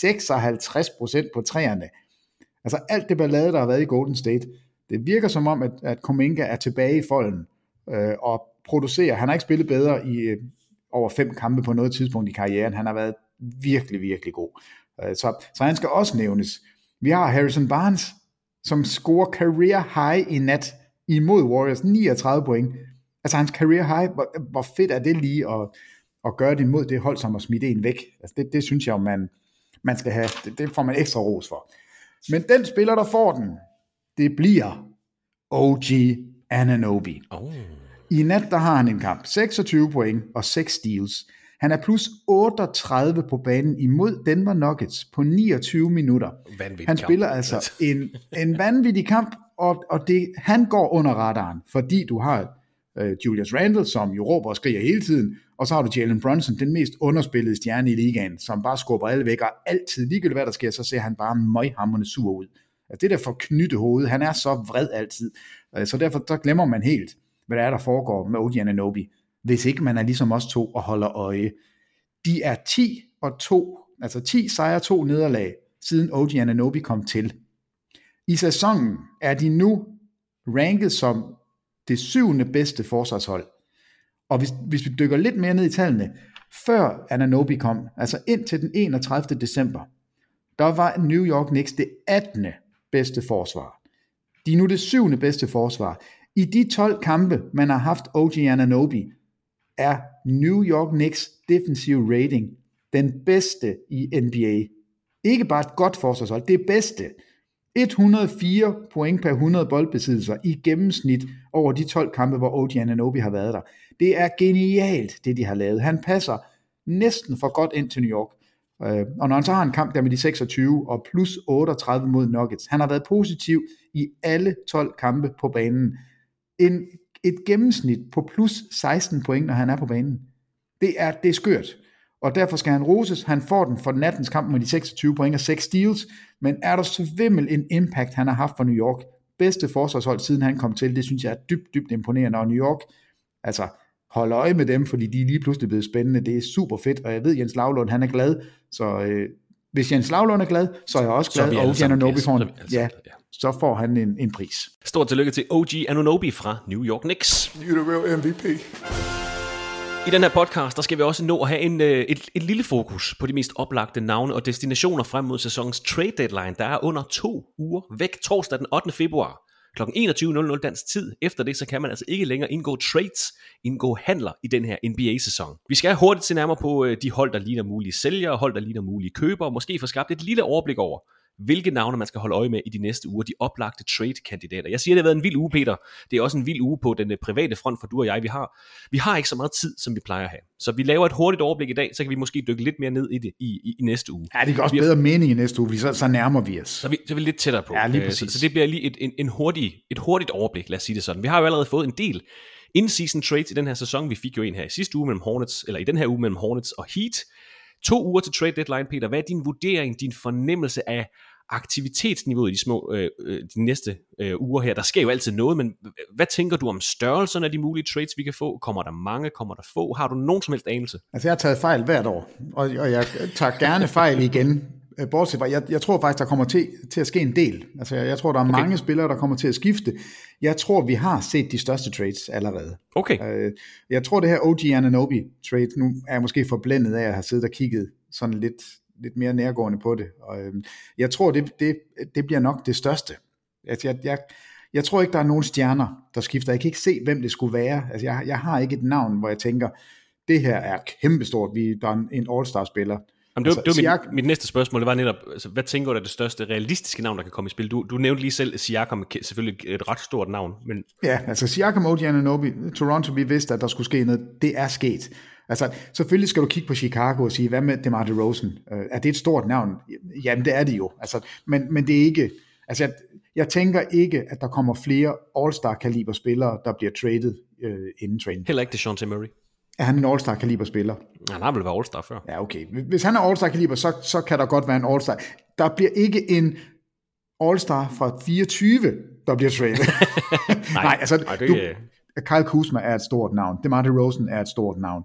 I: 56% på træerne. Altså alt det ballade, der har været i Golden State, det virker som om, at Kuminga er tilbage i folden og producerer. Han har ikke spillet bedre i over 5 kampe på noget tidspunkt i karrieren. Han har været virkelig, virkelig god. Så han skal også nævnes. Vi har Harrison Barnes, som scorer career high i nat imod Warriors, 39 point. Altså hans career high, hvor fedt er det lige at gøre det imod det hold, som at smide en væk. Altså det synes jeg, man skal have. Det får man ekstra ros for. Men den spiller, der får den, det bliver OG Anunoby. I nat, der har han en kamp, 26 point og 6 steals. Han er plus 38 på banen imod Denver Nuggets på 29 minutter. Han spiller altså en vanvittig kamp, og han går under radaren, fordi du har Julius Randle, som jo råber og skriger hele tiden, og så har du Jalen Brunson, den mest underspillede stjerne i ligaen, som bare skubber alle væk, og altid, ligegyldigt hvad der sker, så ser han bare møghamrende sur ud. Altså det der for knytte hoved, han er så vred altid, så derfor så glemmer man helt, hvad der foregår med OG Anunoby, hvis ikke man er ligesom os to og holder øje. De er 10-2, altså 10 sejre, 2 nederlag, siden OG Anunoby kom til. I sæsonen er de nu ranket som det 7. bedste forsvarshold. Og hvis vi dykker lidt mere ned i tallene, før Anunoby kom, altså indtil den 31. december, der var New York Knicks det 18. bedste forsvar. De er nu det 7. bedste forsvar. I de 12 kampe, man har haft OG Anunoby, er New York Knicks defensive rating den bedste i NBA. Ikke bare et godt forsvarshold, det bedste. 104 point per 100 boldbesiddelser i gennemsnit over de 12 kampe, hvor OG Anunoby har været der. Det er genialt, det de har lavet. Han passer næsten for godt ind til New York. Og når han så har en kamp der med de 26 og plus 38 mod Nuggets, han har været positiv i alle 12 kampe på banen. Et gennemsnit på plus 16 point, når han er på banen. Det er skørt. Og derfor skal han roses. Han får den for nattens kamp med de 26 point og 6 steals. Men er der svimmel en impact, han har haft for New York? Bedste forsvarshold, siden han kom til. Det synes jeg er dybt imponerende. Og New York, altså hold øje med dem, fordi de er lige pludselig blevet spændende. Det er super fedt. Og jeg ved, Jens Lavlund, han er glad. Så hvis Jens Lavlund er glad, så er jeg også glad. Og OG Anunoby så får han en pris.
C: Stort tillykke til OG Anunoby fra New York Knicks.
K: You're the real MVP.
C: I den her podcast, der skal vi også nå at have et lille fokus på de mest oplagte navne og destinationer frem mod sæsonens trade deadline, der er under 2 uger væk, torsdag den 8. februar kl. 21.00 dansk tid. Efter det, så kan man altså ikke længere indgå handler i den her NBA-sæson. Vi skal hurtigt se nærmere på de hold, der ligner mulige sælgere, hold, der ligner mulige købere, og måske få skabt et lille overblik over, hvilke navne man skal holde øje med i de næste uger, de oplagte trade-kandidater. Jeg siger, det har været en vild uge, Peter. Det er også en vild uge på den private front for du og jeg. Vi har ikke så meget tid, som vi plejer at have. Så vi laver et hurtigt overblik i dag, så kan vi måske dykke lidt mere ned i det i næste uge.
I: Ja, det kan også bedre mening i næste uge, fordi så nærmer vi os.
C: Så er vi lidt tættere på.
I: Ja, lige præcis.
C: Så det bliver lige et hurtigt overblik, lad os sige det sådan. Vi har jo allerede fået en del in-season trades i den her sæson. Vi fik jo en her i sidste uge mellem Hornets, eller i den her uge mellem Hornets og Heat. 2 uger til trade deadline, Peter. Hvad er din vurdering, din fornemmelse af aktivitetsniveauet i de næste uger her? Der sker jo altid noget, men hvad tænker du om størrelserne af de mulige trades, vi kan få? Kommer der mange? Kommer der få? Har du nogen som helst anelse?
I: Altså, jeg har taget fejl hvert år, og jeg tager gerne fejl igen. Bortset fra, jeg tror faktisk, der kommer til at ske en del. Altså, jeg tror, der er mange spillere, der kommer til at skifte. Jeg tror, vi har set de største trades allerede.
C: Okay.
I: Jeg tror, det her OG Anunoby trade, nu er jeg måske forblændet af at have siddet og kigget sådan lidt mere nærgående på det. Og jeg tror, det bliver nok det største. Altså, jeg tror ikke, der er nogen stjerner, der skifter. Jeg kan ikke se, hvem det skulle være. Altså, jeg har ikke et navn, hvor jeg tænker, det her er kæmpestort. Der er en all-star-spiller.
C: Jamen, det var mit næste spørgsmål. Det var netop, altså, hvad tænker du er det største realistiske navn, der kan komme i spil? Du nævnte lige selv Siakam, selvfølgelig et ret stort navn. Men...
I: Ja, altså Siakam, OG Anunoby, Toronto, vi vidste, at der skulle ske noget. Det er sket. Altså, selvfølgelig skal du kigge på Chicago og sige, hvad med DeMar DeRozan? Er det et stort navn? Jamen, det er det jo. Altså, men det er ikke... Altså, jeg tænker ikke, at der kommer flere all-star-kaliber spillere, der bliver traded inden training.
C: Heller ikke DeJounte Murray.
I: Er han en all-star-kaliber spiller?
C: Han har vel været all-star før.
I: Ja, okay. Hvis han er all-star-kaliber, så kan der godt være en all-star. Der bliver ikke en all-star fra 24, der bliver traded. Nej, altså... Kyle Kuzma er et stort navn. DeMar DeRozan er et stort navn.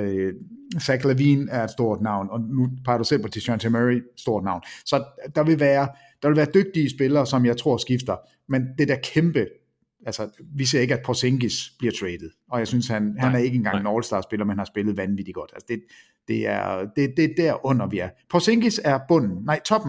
I: Zach LaVine er et stort navn. Og nu peger du selv på DeJounte Murray, stort navn. Så der vil være dygtige spillere, som jeg tror skifter. Men det der kæmpe... Altså, vi ser ikke, at Porzingis bliver traded. Og jeg synes, han er ikke engang en all-star-spiller, men har spillet vanvittigt godt. Altså, det er derunder, vi er. Porzingis er bunden. Nej, toppen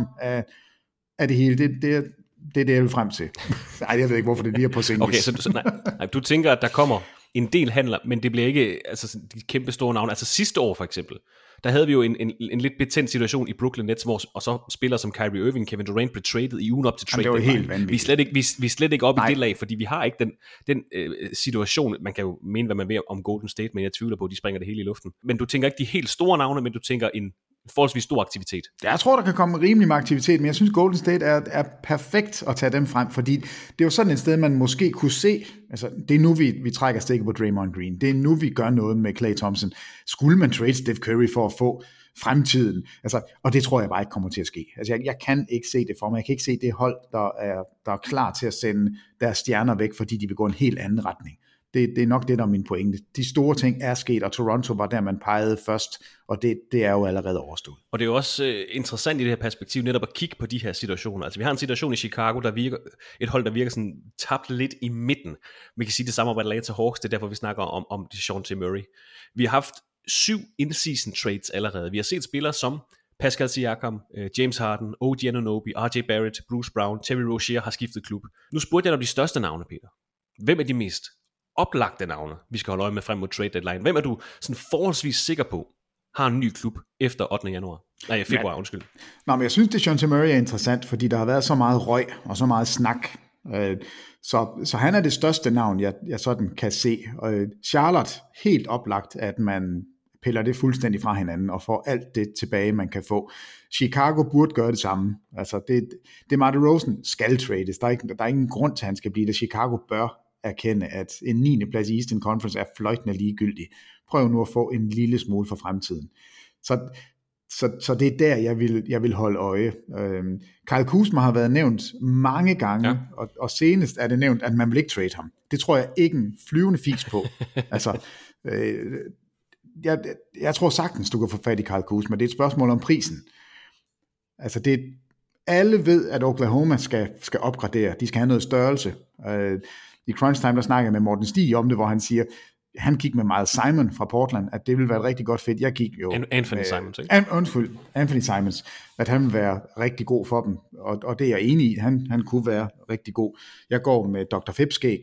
I: af det hele. Det er det, jeg vil frem til. Nej, jeg ved ikke, hvorfor det lige er Porzingis.
C: Okay, så nej, du tænker, at der kommer en del handler, men det bliver ikke altså, de kæmpe store navne. Altså sidste år for eksempel, der havde vi jo en lidt betændt situation i Brooklyn Nets, og så spillere som Kyrie Irving, Kevin Durant blev traded i ugen op til trade.
I: Det var helt vanvittigt.
C: Vi er slet ikke oppe i det lag, fordi vi har ikke den situation. Man kan jo mene, hvad man vil om Golden State, men jeg tvivler på, at de springer det hele i luften. Men du tænker ikke de helt store navne, men du tænker en forholdsvis stor aktivitet.
I: Jeg tror, der kan komme rimelig med aktivitet, men jeg synes, Golden State er perfekt at tage dem frem, fordi det er jo sådan et sted, man måske kunne se, altså det er nu, vi trækker stikket på Draymond Green, det er nu, vi gør noget med Klay Thompson. Skulle man trade Steph Curry for at få fremtiden? Altså, og det tror jeg bare ikke kommer til at ske. Altså, jeg kan ikke se det for mig. Jeg kan ikke se det hold, der er klar til at sende deres stjerner væk, fordi de vil gå en helt anden retning. Det er nok det, der er min pointe. De store ting er sket, og Toronto var der, man pegede først, og det er jo allerede overstået.
C: Og det er jo også interessant i det her perspektiv, netop at kigge på de her situationer. Altså vi har en situation i Chicago, der virker et hold, der virker sådan tabt lidt i midten. Vi kan sige det samme om Atlanta Hawks, det er derfor, vi snakker om DeJounte Murray. Vi har haft 7 in-season trades allerede. Vi har set spillere som Pascal Siakam, James Harden, OG Anunoby, RJ Barrett, Bruce Brown, Terry Rozier har skiftet klub. Nu spurgte jeg dig om de største navne, Peter. Hvem er de mest oplagte navne, vi skal holde øje med frem mod trade deadline? Hvem er du sådan forholdsvis sikker på har en ny klub efter 8. januar. Nej, februar, undskyld.
I: Nå, men jeg synes, DeJounte Murray er interessant, fordi der har været så meget røg og så meget snak. Så han er det største navn, jeg sådan kan se. Charlotte, helt oplagt, at man piller det fuldstændig fra hinanden og får alt det tilbage, man kan få. Chicago burde gøre det samme. Altså, det Mar DeRozan skal trades. Der er ingen grund til, at han skal blive det. Chicago bør erkende, at en 9. plads i Eastern Conference er fløjtende ligegyldig. Prøv nu at få en lille smule for fremtiden. Så det er der, jeg vil holde øje. Kyle Kuzma har været nævnt mange gange, og senest er det nævnt, at man vil ikke trade ham. Det tror jeg ikke en flyvende fis på. Altså, jeg tror sagtens, du kan få fat i Kyle Kuzma. Det er et spørgsmål om prisen. Altså, alle ved, at Oklahoma skal opgradere. De skal have noget størrelse. I Crunch Time, der snakker jeg med Morten Stig om det, hvor han siger, han gik med Miles Simon fra Portland, at det ville være et rigtig godt fedt. Jeg gik jo...
C: Anthony Simons, ikke?
I: Anthony Simons, at han vil være rigtig god for dem, og det er jeg enig i. Han kunne være rigtig god. Jeg går med Dr. Fipskæg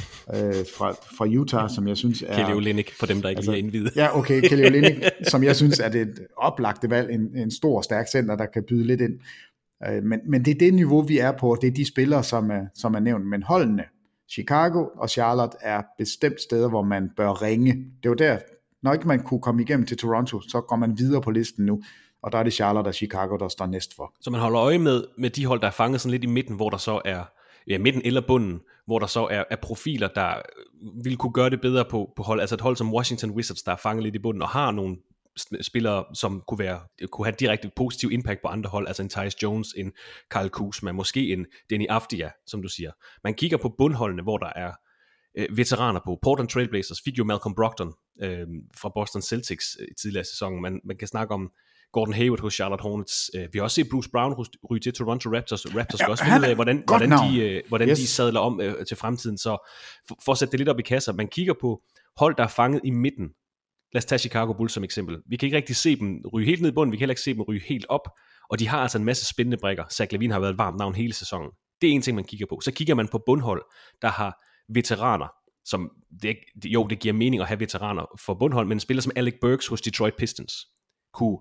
I: fra Utah, som jeg synes er...
C: Kelly Olynyk, for dem, der ikke lige er indvidet.
I: Ja, okay, Kelly Olynyk, som jeg synes er det oplagte valg, en stor, stærk center, der kan byde lidt ind. Men det er det niveau, vi er på, det er de spillere, som er nævnt, men holdene, Chicago og Charlotte er bestemt steder, hvor man bør ringe. Det er jo der, når ikke man kunne komme igennem til Toronto, så går man videre på listen nu, og der er det Charlotte og Chicago, der står næst for.
C: Så man holder øje med de hold, der er fanget sådan lidt i midten, hvor der så er, midten eller bunden, hvor der så er profiler, der vil kunne gøre det bedre på hold, altså et hold som Washington Wizards, der er fanget lidt i bunden, og har nogle spillere, som kunne have direkte positiv impact på andre hold, altså en Tyus Jones, en Kyle Kuzma, måske en Deni Avdija, som du siger. Man kigger på bundholdene, hvor der er veteraner på. Portland Trail Blazers fik jo Malcolm Brogdon fra Boston Celtics i tidligere sæsonen. Man kan snakke om Gordon Hayward hos Charlotte Hornets. Vi har også set Bruce Brown ryge til Toronto Raptors. Raptors skal også finde ud af, hvordan de sadler om til fremtiden. Så for at sætte det lidt op i kasser, man kigger på hold, der er fanget i midten. Lad os tage Chicago Bulls som eksempel. Vi kan ikke rigtig se dem ryge helt ned i bunden, vi kan heller ikke se dem ryge helt op, og de har altså en masse spændende brikker. Zach LaVine har været et varmt navn hele sæsonen. Det er en ting, man kigger på. Så kigger man på bundhold, der har veteraner, som det giver mening at have veteraner for bundhold, men en spiller som Alec Burks hos Detroit Pistons kunne,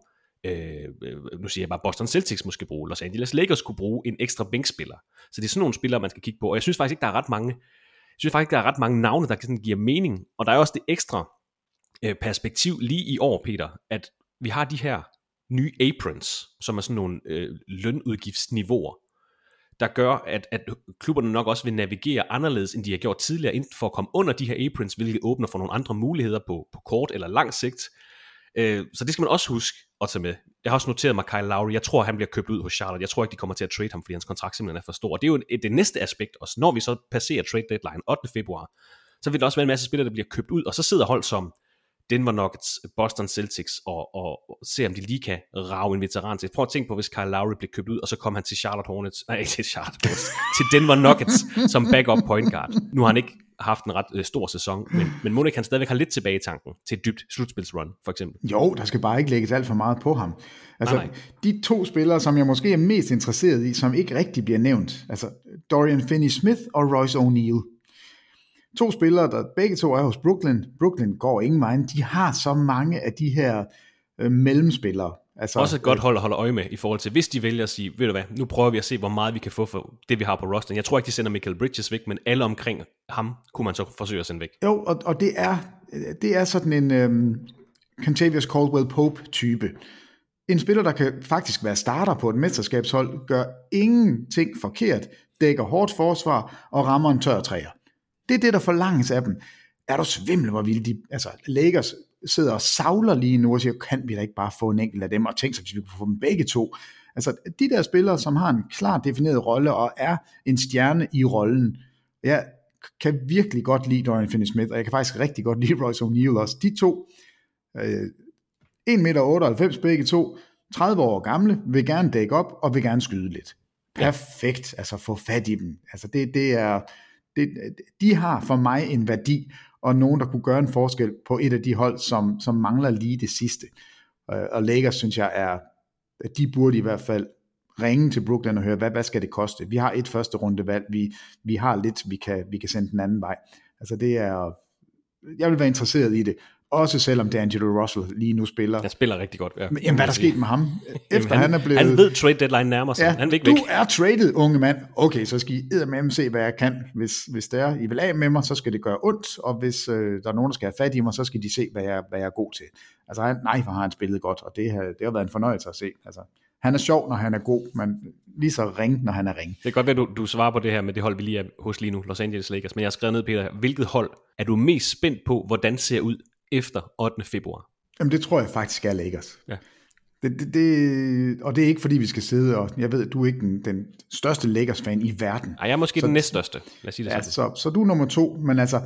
C: nu siger jeg bare Boston Celtics måske bruge, Los Angeles Lakers kunne bruge en ekstra bænkspiller. Så det er sådan nogle spillere, man skal kigge på, og jeg synes faktisk ikke, der er ret mange navne, der sådan giver mening, og der er også det ekstra perspektiv lige i år, Peter, at vi har de her nye aprons, som er sådan nogle lønudgiftsniveauer, der gør, at klubberne nok også vil navigere anderledes, end de har gjort tidligere, enten for at komme under de her aprons, hvilket åbner for nogle andre muligheder på kort eller lang sigt. Så det skal man også huske at tage med. Jeg har også noteret mig Kyle Lowry. Jeg tror, han bliver købt ud hos Charlotte. Jeg tror ikke, de kommer til at trade ham, fordi hans kontrakt simpelthen er for stor. Og det er jo det næste aspekt også. Når vi så passerer trade deadline 8. februar, så vil der også være en masse spillere, der bliver købt ud, og så sidder hold som Denver Nuggets, Boston Celtics og se om de lige kan rage en veteran til. Prøv at tænke på, hvis Kyle Lowry blev købt ud, og så kom han til Charlotte Hornets, til Denver Nuggets som backup point guard. Nu har han ikke haft en ret stor sæson, men Monik kan stadigvæk have lidt tilbage i tanken til et dybt slutspilsrun, for eksempel.
I: Jo, der skal bare ikke lægges alt for meget på ham. Altså, nej. De to spillere, som jeg måske er mest interesseret i, som ikke rigtig bliver nævnt, altså Dorian Finney-Smith og Royce O'Neal. To spillere, der begge to er hos Brooklyn. Brooklyn går ingen vejen. De har så mange af de her mellemspillere. Altså,
C: også et godt hold at holde øje med i forhold til, hvis de vælger at sige, ved du hvad, nu prøver vi at se, hvor meget vi kan få for det, vi har på rosteren. Jeg tror ikke, de sender Michael Bridges væk, men alle omkring ham kunne man så forsøge at sende væk.
I: Jo, og det er sådan en Kentavious Caldwell-Pope-type. En spiller, der kan faktisk være starter på et mesterskabshold, gør ingenting forkert, dækker hårdt forsvar og rammer en tør træer. Det er det, der forlanges af dem. Er du svimmel, hvor vildt de... Altså, Lakers sidder og savler lige nu og siger, kan vi da ikke bare få en enkelt af dem, og tænke sig, hvis vi kunne få dem begge to. Altså, de der spillere, som har en klart defineret rolle, og er en stjerne i rollen. Jeg kan virkelig godt lide Dorian Finney-Smith, og jeg kan faktisk rigtig godt lide Royce O'Neal også. De to, 1,98 meter begge to, 30 år gamle, vil gerne dække op, og vil gerne skyde lidt. Perfekt, altså få fat i dem. Altså, det er... de har for mig en værdi, og nogen, der kunne gøre en forskel på et af de hold, som mangler lige det sidste. Og Lakers, synes jeg, at de burde i hvert fald ringe til Brooklyn og høre, hvad skal det koste? Vi har et første rundevalg, vi har lidt, vi kan sende den anden vej. Altså det er, jeg vil være interesseret i det. også selvom D'Angelo Russell lige nu spiller.
C: Han spiller rigtig godt, ja.
I: Men, jamen, hvad der skete med ham? Efter han er blevet...
C: Han ved, trade deadline nærmer sig.
I: Ja,
C: han vil ikke væk.
I: Du er traded, unge mand. Okay, så skal I eddermame se, hvad jeg kan. Hvis det er, I vil af med mig, så skal det gøre ondt, og hvis der er nogen, der skal have fat i mig, så skal de se, hvad jeg er god til. Altså, hvor har han spillet godt, og det har været en fornøjelse at se. Altså, han er sjov, når han er god, men lige så ring, når han er ring.
C: Det kan godt være, at du svarer på det her med det hold, vi lige er hos lige nu, Los Angeles Lakers, men jeg har skrevet ned, Peter, hvilket hold er du mest spændt på, hvordan ser ud efter 8. februar?
I: Jamen, det tror jeg faktisk er Lakers.
C: Ja.
I: Og det er ikke, fordi vi skal sidde, og jeg ved, at du er ikke den største Lakers-fan i verden.
C: Nej, jeg er måske den næststørste, lad os sige det
I: ja, så du er nummer 2, men altså,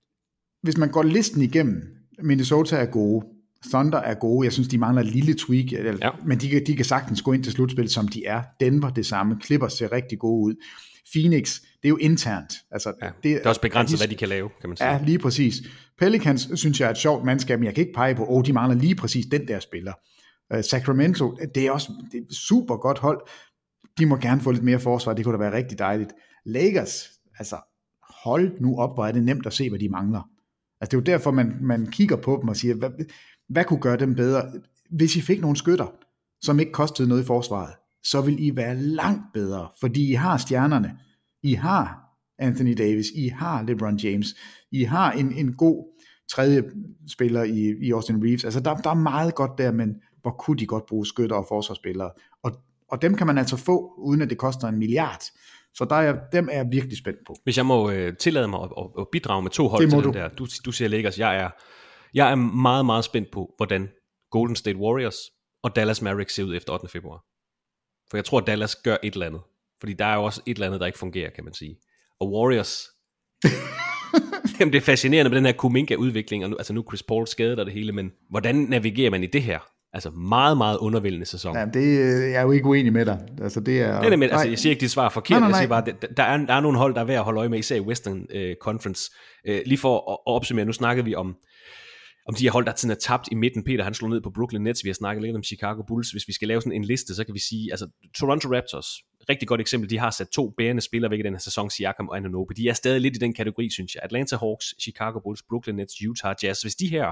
I: hvis man går listen igennem, Minnesota er gode, Thunder er gode, jeg synes, de mangler et lille tweak, men de kan sagtens gå ind til slutspil, som de er. Denver det samme, Clippers ser rigtig gode ud. Phoenix, det er jo internt. Altså,
C: det er også begrænset, hvad de kan lave, kan man sige.
I: Ja, lige præcis. Pelicans, synes jeg, er et sjovt mandskab, men jeg kan ikke pege på, de mangler lige præcis den der spiller. Sacramento, det er også et super godt hold. De må gerne få lidt mere forsvar, det kunne da være rigtig dejligt. Lakers, altså hold nu op, hvor er det nemt at se, hvad de mangler. Altså det er jo derfor, man kigger på dem og siger, hvad kunne gøre dem bedre? Hvis I fik nogle skytter, som ikke kostede noget i forsvaret, så vil I være langt bedre, fordi I har stjernerne. I har Anthony Davis, I har LeBron James, I har en god tredje spiller i Austin Reeves. Altså der er meget godt der, men hvor kunne de godt bruge skytter og forsvarsspillere? Og dem kan man altså få, uden at det koster $1 milliard. Så dem er jeg virkelig spændt på.
C: Hvis jeg må tillade mig at bidrage med 2 hold til den der. Du siger Lakers, jeg er meget, meget spændt på, hvordan Golden State Warriors og Dallas Mavericks ser ud efter 8. februar. For jeg tror, at Dallas gør et eller andet. Fordi der er jo også et eller andet, der ikke fungerer, kan man sige. Og Warriors... Jamen, det er fascinerende med den her Kuminga-udvikling, og nu er Chris Paul skadet og det hele, men hvordan navigerer man i det her? Altså meget, meget undervældende sæson.
I: Ja, det er jeg jo ikke uenig med dig. Altså,
C: jeg siger ikke, dit svar er forkert. Nej. Jeg siger bare, der er nogle hold, der er værd at holde øje med, især i Western Conference. Lige for at opsummere, nu snakkede vi om de her hold, der sådan er tabt i midten. Peter, han slog ned på Brooklyn Nets. Vi har snakket lidt om Chicago Bulls. Hvis vi skal lave sådan en liste, så kan vi sige, altså Toronto Raptors, rigtig godt eksempel, de har sat 2 bærende spillere væk i den her sæson, Siakam og Anunoby. De er stadig lidt i den kategori, synes jeg. Atlanta Hawks, Chicago Bulls, Brooklyn Nets, Utah Jazz. Hvis de her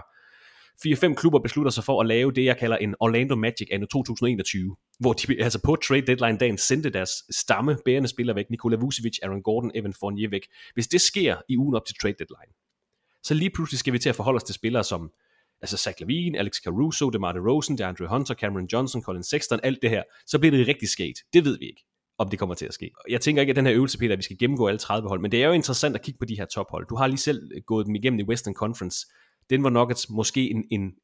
C: 4-5 klubber beslutter sig for at lave det, jeg kalder en Orlando Magic anno 2021, hvor de altså på trade deadline dagen sendte deres stamme bærende spillere væk, Nikola Vucevic, Aaron Gordon, Evan Fournier væk. Hvis det sker i ugen op til trade deadline, så lige pludselig skal vi til at forholde os til spillere som Zach LaVine, Alex Caruso, DeMar DeRozan, DeAndre Hunter, Cameron Johnson, Colin Sexton, alt det her, så bliver det rigtig skægt. Det ved vi ikke, om det kommer til at ske. Jeg tænker ikke, at den her øvelse, Peter, at vi skal gennemgå alle 30 hold, men det er jo interessant at kigge på de her tophold. Du har lige selv gået dem igennem i Western Conference. Denver Nuggets måske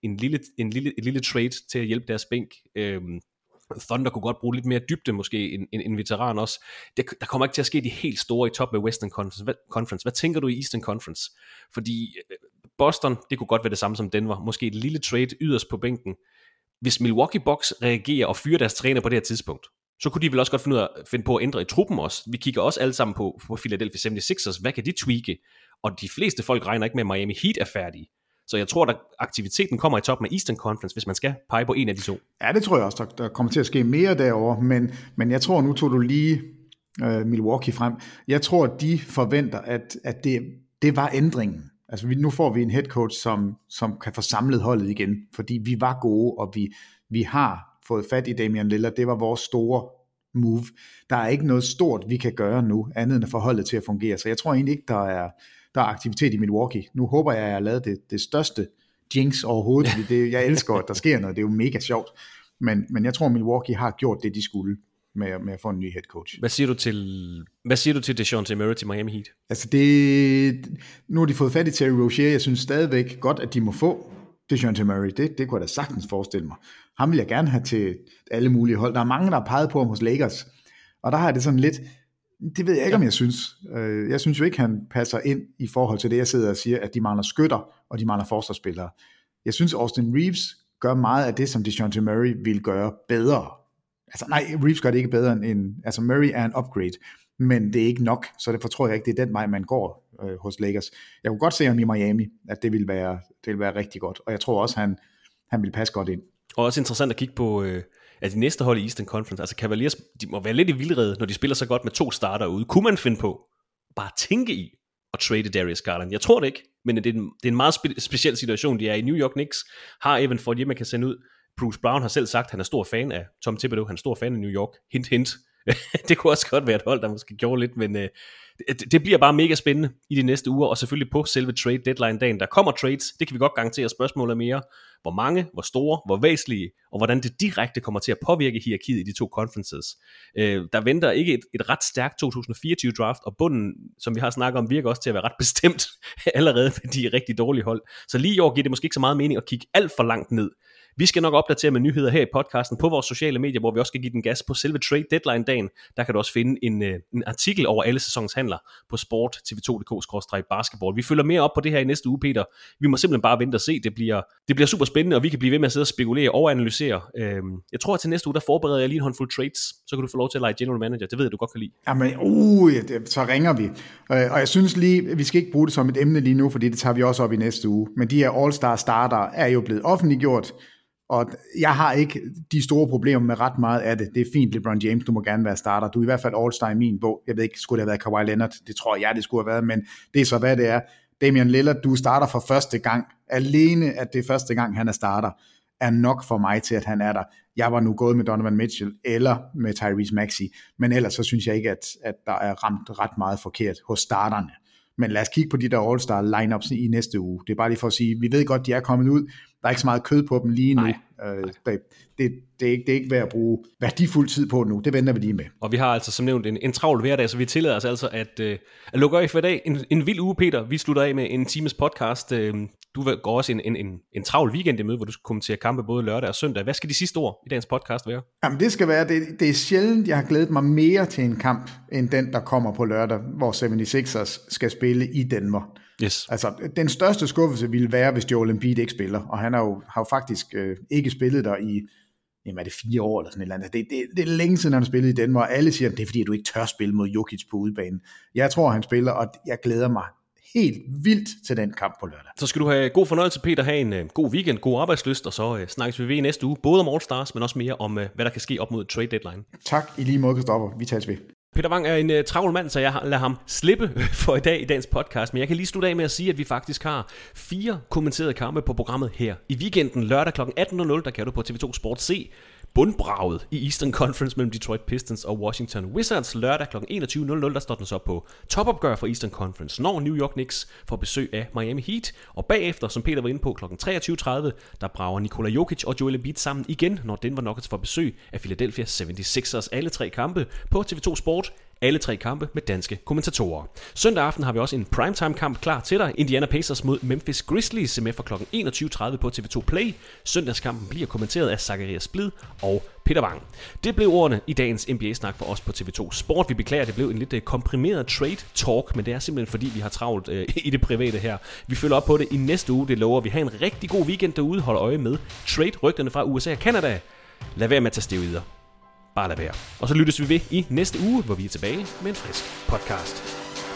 C: et lille trade til at hjælpe deres bænk. Thunder kunne godt bruge lidt mere dybde, måske en veteran også. Der kommer ikke til at ske de helt store i top med Western Conference. Hvad tænker du i Eastern Conference? Fordi Boston, det kunne godt være det samme som Denver. Måske et lille trade yderst på bænken. Hvis Milwaukee Bucks reagerer og fyrer deres træner på det her tidspunkt, så kunne de vel også godt finde på at ændre i truppen også. Vi kigger også alle sammen på Philadelphia 76ers. Hvad kan de tweake? Og de fleste folk regner ikke med, at Miami Heat er færdige. Så jeg tror, at aktiviteten kommer i toppen af Eastern Conference, hvis man skal pege på en af de 2.
I: Ja, det tror jeg også, der kommer til at ske mere derovre, men jeg tror, nu tog du lige Milwaukee frem. Jeg tror, at de forventer, at det var ændringen. Altså nu får vi en head coach, som kan få samlet holdet igen, fordi vi var gode, og vi har fået fat i Damian Lillard. Det var vores store move. Der er ikke noget stort, vi kan gøre nu, andet end at få holdet til at fungere. Så jeg tror egentlig ikke, der er aktivitet i Milwaukee. Nu håber jeg, at jeg har lavet det største jinx overhovedet. Jeg elsker, at der sker noget. Det er jo mega sjovt. Men jeg tror, Milwaukee har gjort det, de skulle med at få en ny head coach.
C: Hvad siger du til Dejounte Murray til Miami Heat?
I: Altså nu har de fået fat i Terry Rozier. Jeg synes stadigvæk godt, at de må få Dejounte Murray. Det kunne jeg da sagtens forestille mig. Ham vil jeg gerne have til alle mulige hold. Der er mange, der har peget på ham hos Lakers. Og der har det sådan lidt... Det ved jeg ikke, om jeg synes. Jeg synes jo ikke, han passer ind i forhold til det, jeg sidder og siger, at de mangler skytter, og de mangler forsvarsspillere. Jeg synes, Austin Reeves gør meget af det, som Dejounte Murray vil gøre bedre. Altså nej, Reeves gør det ikke bedre end... Altså Murray er en upgrade, men det er ikke nok, så derfor tror jeg ikke, det er den vej, man går hos Lakers. Jeg kunne godt se ham i Miami, at det vil være rigtig godt, og jeg tror også, han vil passe godt ind.
C: Og også interessant at kigge på... at de næste hold i Eastern Conference, altså Cavaliers, de må være lidt i vildrede, når de spiller så godt med 2 starter ude. Kunne man finde på bare tænke i at trade Darius Garland? Jeg tror det ikke, men det er en meget speciel situation, de er i. New York Knicks har Evan Fournier, man kan sende ud. Bruce Brown har selv sagt, at han er stor fan af Tom Thibodeau, han er stor fan af New York. Hint, hint. Det kunne også godt være et hold, der måske gjorde lidt, men det bliver bare mega spændende i de næste uger, og selvfølgelig på selve trade deadline-dagen. Der kommer trades, det kan vi godt garantere. Spørgsmålet er mere, hvor mange, hvor store, hvor væsentlige, og hvordan det direkte kommer til at påvirke hierarkiet i de to conferences. Der venter ikke et ret stærkt 2024 draft, og bunden, som vi har snakket om, virker også til at være ret bestemt allerede med de rigtig dårlige hold. Så lige i år giver det måske ikke så meget mening at kigge alt for langt ned. Vi skal nok opdatere med nyheder her i podcasten på vores sociale medier, hvor vi også skal give den gas på selve trade deadline-dagen. Der kan du også finde en artikel over alle sæsonens handler på sport tv2.dk/basketball. Vi følger mere op på det her i næste uge, Peter. Vi må simpelthen bare vente og se. Det bliver super spændende, og vi kan blive ved med at sidde og spekulere og analysere. Jeg tror, at til næste uge, der forbereder jeg lige en håndfuld trades. Så kan du få lov til at lege general manager. Det ved jeg, du godt kan lide.
I: Jamen, så ringer vi. Og jeg synes lige, vi skal ikke bruge det som et emne lige nu, fordi det tager vi også op i næste uge. Men de her All-Star starter er jo blevet offentliggjort. Og jeg har ikke de store problemer med ret meget af det. Det er fint, LeBron James, du må gerne være starter. Du er i hvert fald all-star i min bog. Jeg ved ikke, skulle det have været Kawhi Leonard? Det tror jeg, det skulle have været, men det er så, hvad det er. Damian Lillard, du starter for første gang. Alene, at det er første gang, han er starter, er nok for mig til, at han er der. Jeg var nu gået med Donovan Mitchell eller med Tyrese Maxey, men ellers så synes jeg ikke, at der er ramt ret meget forkert hos starterne. Men lad os kigge på de der All-Star lineups i næste uge. Det er bare lige for at sige, vi ved godt, de er kommet ud. Der er ikke så meget kød på dem lige nu.
C: Nej.
I: Det er ikke værd at bruge værdifuld tid på nu. Det venter vi lige med.
C: Og vi har altså som nævnt en travl hverdag, så vi tillader os altså at lukke øje for i dag. En vild uge, Peter. Vi slutter af med en times podcast. Du går også en travl weekend i møde, hvor du skal kommentere kampe både lørdag og søndag. Hvad skal de sidste ord i dagens podcast være?
I: Jamen det skal være, det er sjældent, jeg har glædet mig mere til en kamp, end den, der kommer på lørdag, hvor 76ers skal spille i Denver.
C: Yes.
I: Altså, den største skuffelse ville være, hvis Joel Embiid ikke spiller, og han har jo faktisk ikke spillet der i, jamen er det 4 år eller sådan et eller andet. Det er længe siden, han har spillet i Denver, og alle siger, at det er fordi, at du ikke tør spille mod Jokic på udebanen. Jeg tror, han spiller, og jeg glæder mig helt vildt til den kamp på lørdag.
C: Så skal du have god fornøjelse, Peter. Ha' en god weekend, god arbejdslyst, og så snakkes vi ved i næste uge, både om All-Stars, men også mere om, hvad der kan ske op mod trade deadline.
I: Tak i lige måde, Christoffer. Vi tages ved.
C: Peter Wang er en travl mand, så jeg lader ham slippe for i dag i dagens podcast. Men jeg kan lige slutte af med at sige, at vi faktisk har 4 kommenterede kampe på programmet her i weekenden. Lørdag kl. 18.00, der kan du på TV2 Sport se bundbraget i Eastern Conference mellem Detroit Pistons og Washington Wizards. Lørdag kl. 21.00, der står den så på topopgør for Eastern Conference, når New York Knicks får besøg af Miami Heat. Og bagefter, som Peter var inde på, kl. 23.30, der brager Nikola Jokic og Joel Embiid sammen igen, når Denver Nuggets får besøg af Philadelphia 76ers. Alle 3 kampe på TV2 Sport. Alle 3 kampe med danske kommentatorer. Søndag aften har vi også en primetime-kamp klar til dig. Indiana Pacers mod Memphis Grizzlies med fra kl. 21.30 på TV2 Play. Søndagskampen bliver kommenteret af Zacharias Blid og Peter Wang. Det blev ordene i dagens NBA-snak for os på TV2 Sport. Vi beklager, det blev en lidt komprimeret trade-talk, men det er simpelthen fordi, vi har travlt i det private her. Vi følger op på det i næste uge, det lover vi. Ha' en rigtig god weekend derude. Hold øje med trade-rygterne fra USA og Canada. Lad være med at tage steroider. Bare lad være. Og så lyttes vi ved i næste uge, hvor vi er tilbage med en frisk podcast.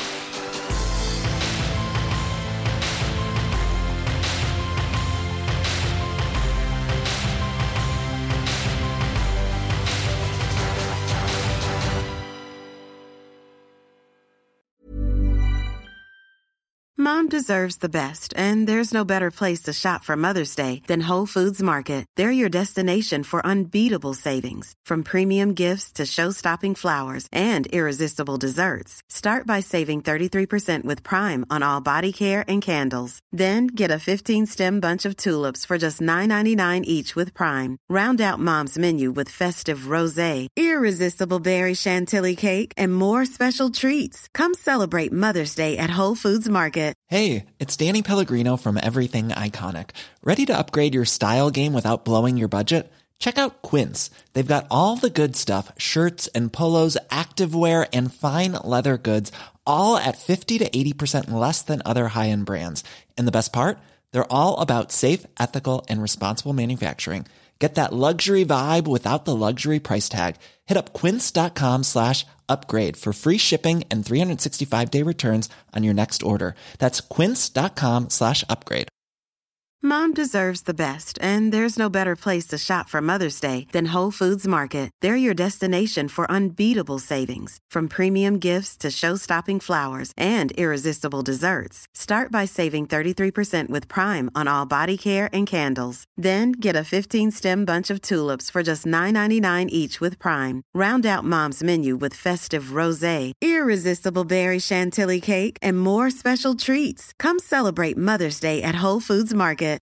D: Mom deserves the best, and there's no better place to shop for Mother's Day than Whole Foods Market. They're your destination for unbeatable savings, from premium gifts to show-stopping flowers and irresistible desserts. Start by saving 33% with Prime on all body care and candles. Then get a 15-stem bunch of tulips for just $9.99 each with Prime. Round out Mom's menu with festive rosé, irresistible berry chantilly cake, and more special treats. Come celebrate Mother's Day at Whole Foods Market.
K: Hey, it's Danny Pellegrino from Everything Iconic. Ready to upgrade your style game without blowing your budget? Check out Quince. They've got all the good stuff, shirts and polos, activewear, and fine leather goods, all at 50 to 80% less than other high-end brands. And the best part? They're all about safe, ethical, and responsible manufacturing. Get that luxury vibe without the luxury price tag. Hit up quince.com/upgrade for free shipping and 365-day returns on your next order. That's quince.com/upgrade.
D: Mom deserves the best, and there's no better place to shop for Mother's Day than Whole Foods Market. They're your destination for unbeatable savings, from premium gifts to show-stopping flowers and irresistible desserts. Start by saving 33% with Prime on all body care and candles. Then get a 15-stem bunch of tulips for just $9.99 each with Prime. Round out Mom's menu with festive rosé, irresistible berry chantilly cake, and more special treats. Come celebrate Mother's Day at Whole Foods Market.